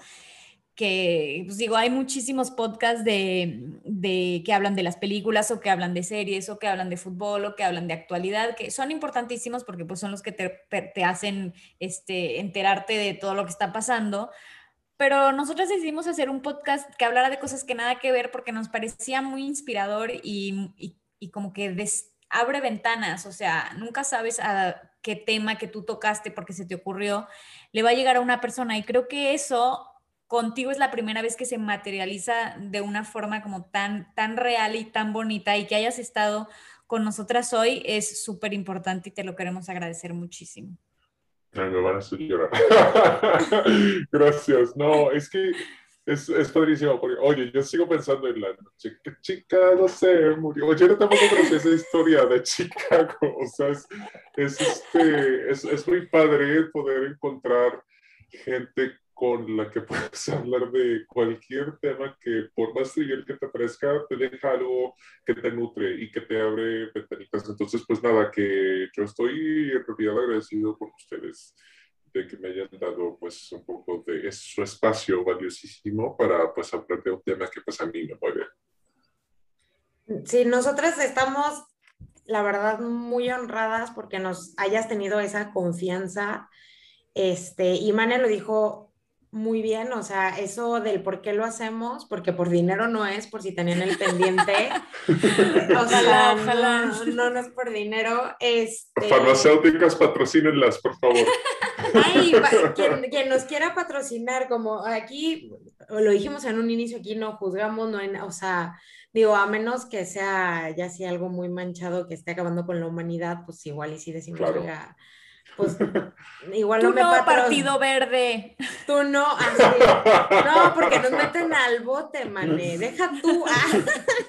que, pues digo, hay muchísimos podcasts de, de, que hablan de las películas o que hablan de series o que hablan de fútbol o que hablan de actualidad, que son importantísimos porque pues son los que te, te hacen este, enterarte de todo lo que está pasando. Pero nosotros decidimos hacer un podcast que hablara de cosas que nada que ver porque nos parecía muy inspirador y, y, y como que des, abre ventanas, o sea, nunca sabes a qué tema que tú tocaste porque se te ocurrió, le va a llegar a una persona y creo que eso contigo es la primera vez que se materializa de una forma como tan, tan real y tan bonita y que hayas estado con nosotras hoy es súper importante y te lo queremos agradecer muchísimo. Ay, me van a hacer llorar. Gracias. No, es que es, es padrísimo. Porque, oye, yo sigo pensando en la noche que Chicago se murió. Oye, yo tampoco conocí esa historia de Chicago. O sea, es, es, este, es, es muy padre poder encontrar gente con la que puedes hablar de cualquier tema que, por más trivial que te parezca, te deja algo que te nutre y que te abre ventanitas. Entonces, pues nada, que yo estoy en realidad agradecido con ustedes de que me hayan dado pues un poco de su espacio valiosísimo para pues hablar de un tema que pues a mí me mueve. Sí, nosotras estamos, la verdad, muy honradas porque nos hayas tenido esa confianza. Este, y Mane lo dijo muy bien, o sea, eso del por qué lo hacemos, porque por dinero no es, por si tenían el pendiente. O sea, Ojalá, ojalá. no, no, no es por dinero. Este, Farmacéuticas, patrocínenlas, por favor. ay, pa- quien, quien nos quiera patrocinar, como aquí, lo dijimos en un inicio, aquí no juzgamos, no en, o sea, digo, a menos que sea ya sí algo muy manchado que esté acabando con la humanidad, pues igual y si decimos, Claro. oiga, pues igual no Tú me no, patro, Partido Verde. tú no, así, no, porque nos meten al bote, mané, deja tú, ah.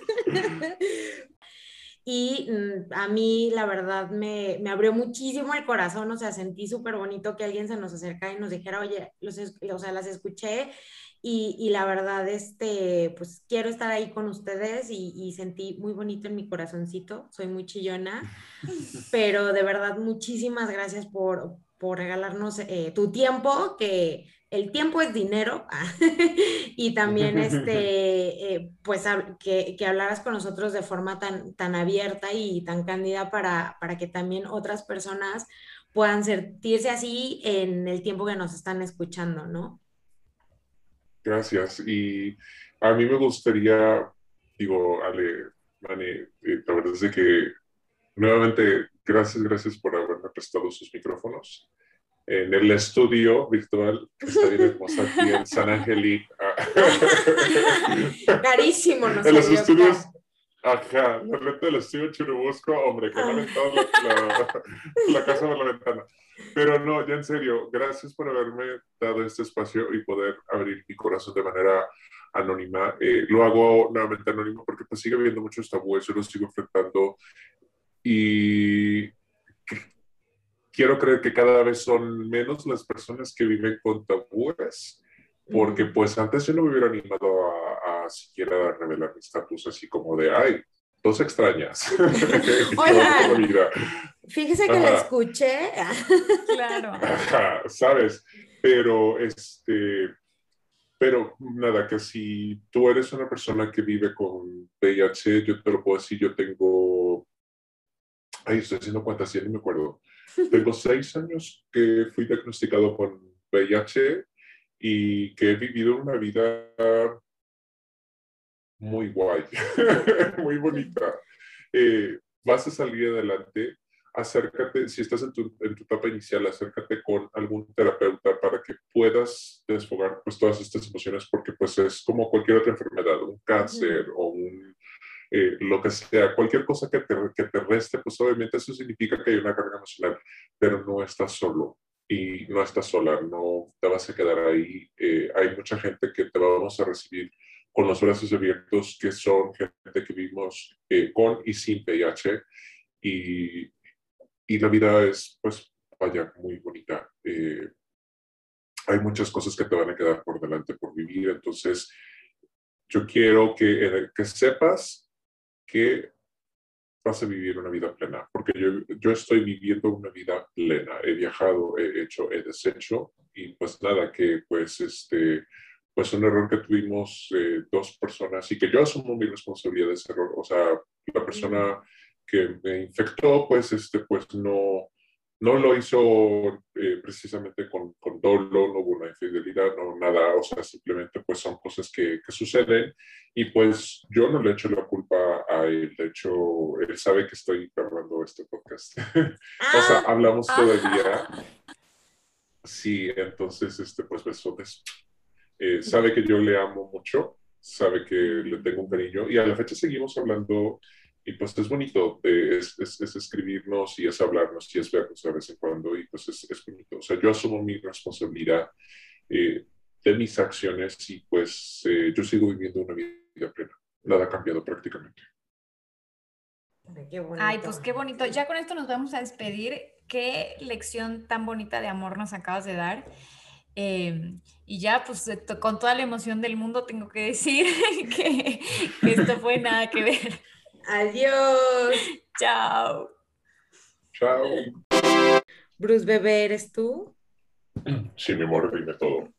Y mm, a mí, la verdad, me, me abrió muchísimo el corazón, o sea, sentí súper bonito que alguien se nos acercara y nos dijera, oye, los, es- o sea, las escuché y, y la verdad, este, pues quiero estar ahí con ustedes y, y sentí muy bonito en mi corazoncito, soy muy chillona, pero de verdad, muchísimas gracias por, por regalarnos eh, tu tiempo, que el tiempo es dinero, y también este, eh, pues hab- que, que hablaras con nosotros de forma tan, tan abierta y tan cándida para, para que también otras personas puedan sentirse así en el tiempo que nos están escuchando, ¿no? Gracias. Y a mí me gustaría, digo, Ale, Mane, eh, la verdad es de que nuevamente, gracias, gracias por haberme prestado sus micrófonos. En el estudio virtual, que está bien hermosa aquí en San Angelín. Carísimo nos En los salió estudios, acá. ajá, la renta del estudio Churubusco, hombre, que me ha Ah. aventado la, la, la casa por la ventana. Pero no, ya en serio, gracias por haberme dado este espacio y poder abrir mi corazón de manera anónima. Eh, lo hago nuevamente anónimo porque pues sigue habiendo muchos tabúes, yo los sigo enfrentando y quiero creer que cada vez son menos las personas que viven con tabúes, porque Ujú. pues antes yo no me hubiera animado a, a siquiera revelar mi estatus así como de, ay, dos extrañas. ¿Qué onda con la Oigan, vida? fíjese que la Ajá, escuché. Claro. ajá, ¿sabes? Pero este, pero nada, que si tú eres una persona que vive con V I H, yo te lo puedo decir, yo tengo, ay, estoy haciendo cuentas, ya ni me acuerdo. Tengo seis años que fui diagnosticado con V I H y que he vivido una vida muy guay, muy bonita. Eh, vas a salir adelante, acércate, si estás en tu, en tu etapa inicial, acércate con algún terapeuta para que puedas desfogar pues, todas estas emociones, porque pues es como cualquier otra enfermedad, un cáncer Ujú. o un, eh, lo que sea, cualquier cosa que te, que te reste, pues obviamente eso significa que hay una carga emocional, pero no estás solo. Y no estás sola, no te vas a quedar ahí. Eh, hay mucha gente que te vamos a recibir con los brazos abiertos, que son gente que vivimos eh, con y sin V I H, y, y la vida es, pues, vaya, muy bonita. Eh, hay muchas cosas que te van a quedar por delante por vivir, entonces yo quiero que, eh, que sepas que vas a vivir una vida plena, porque yo, yo estoy viviendo una vida plena, he viajado, he hecho, he deshecho, y pues nada, que pues este, pues un error que tuvimos eh, dos personas y que yo asumo mi responsabilidad de ese error, o sea, la Mm. persona que me infectó, pues este, pues no, no lo hizo eh, precisamente con, con dolo, no hubo una infidelidad, no nada, o sea, simplemente pues son cosas que, que suceden y pues yo no le echo la culpa a él, de hecho, él sabe que estoy grabando este podcast. O sea, Ah, hablamos todavía, Ah, sí, entonces, este, pues besotes. Eh, sabe que yo le amo mucho, sabe que le tengo un cariño y a la fecha seguimos hablando y pues es bonito, eh, es, es, es, escribirnos y es hablarnos y es vernos de vez en cuando y pues es, es bonito. O sea, yo asumo mi responsabilidad eh, de mis acciones y pues eh, yo sigo viviendo una vida plena. Nada ha cambiado prácticamente. qué ay, pues bonito. qué bonito. Ya con esto nos vamos a despedir. Qué lección tan bonita de amor nos acabas de dar. Eh, y ya, pues de to- con toda la emoción del mundo tengo que decir que, que esto fue nada que ver. Adiós. Chao. Chao. Bruce Bebé, ¿eres tú? Sí, mi amor, dime todo.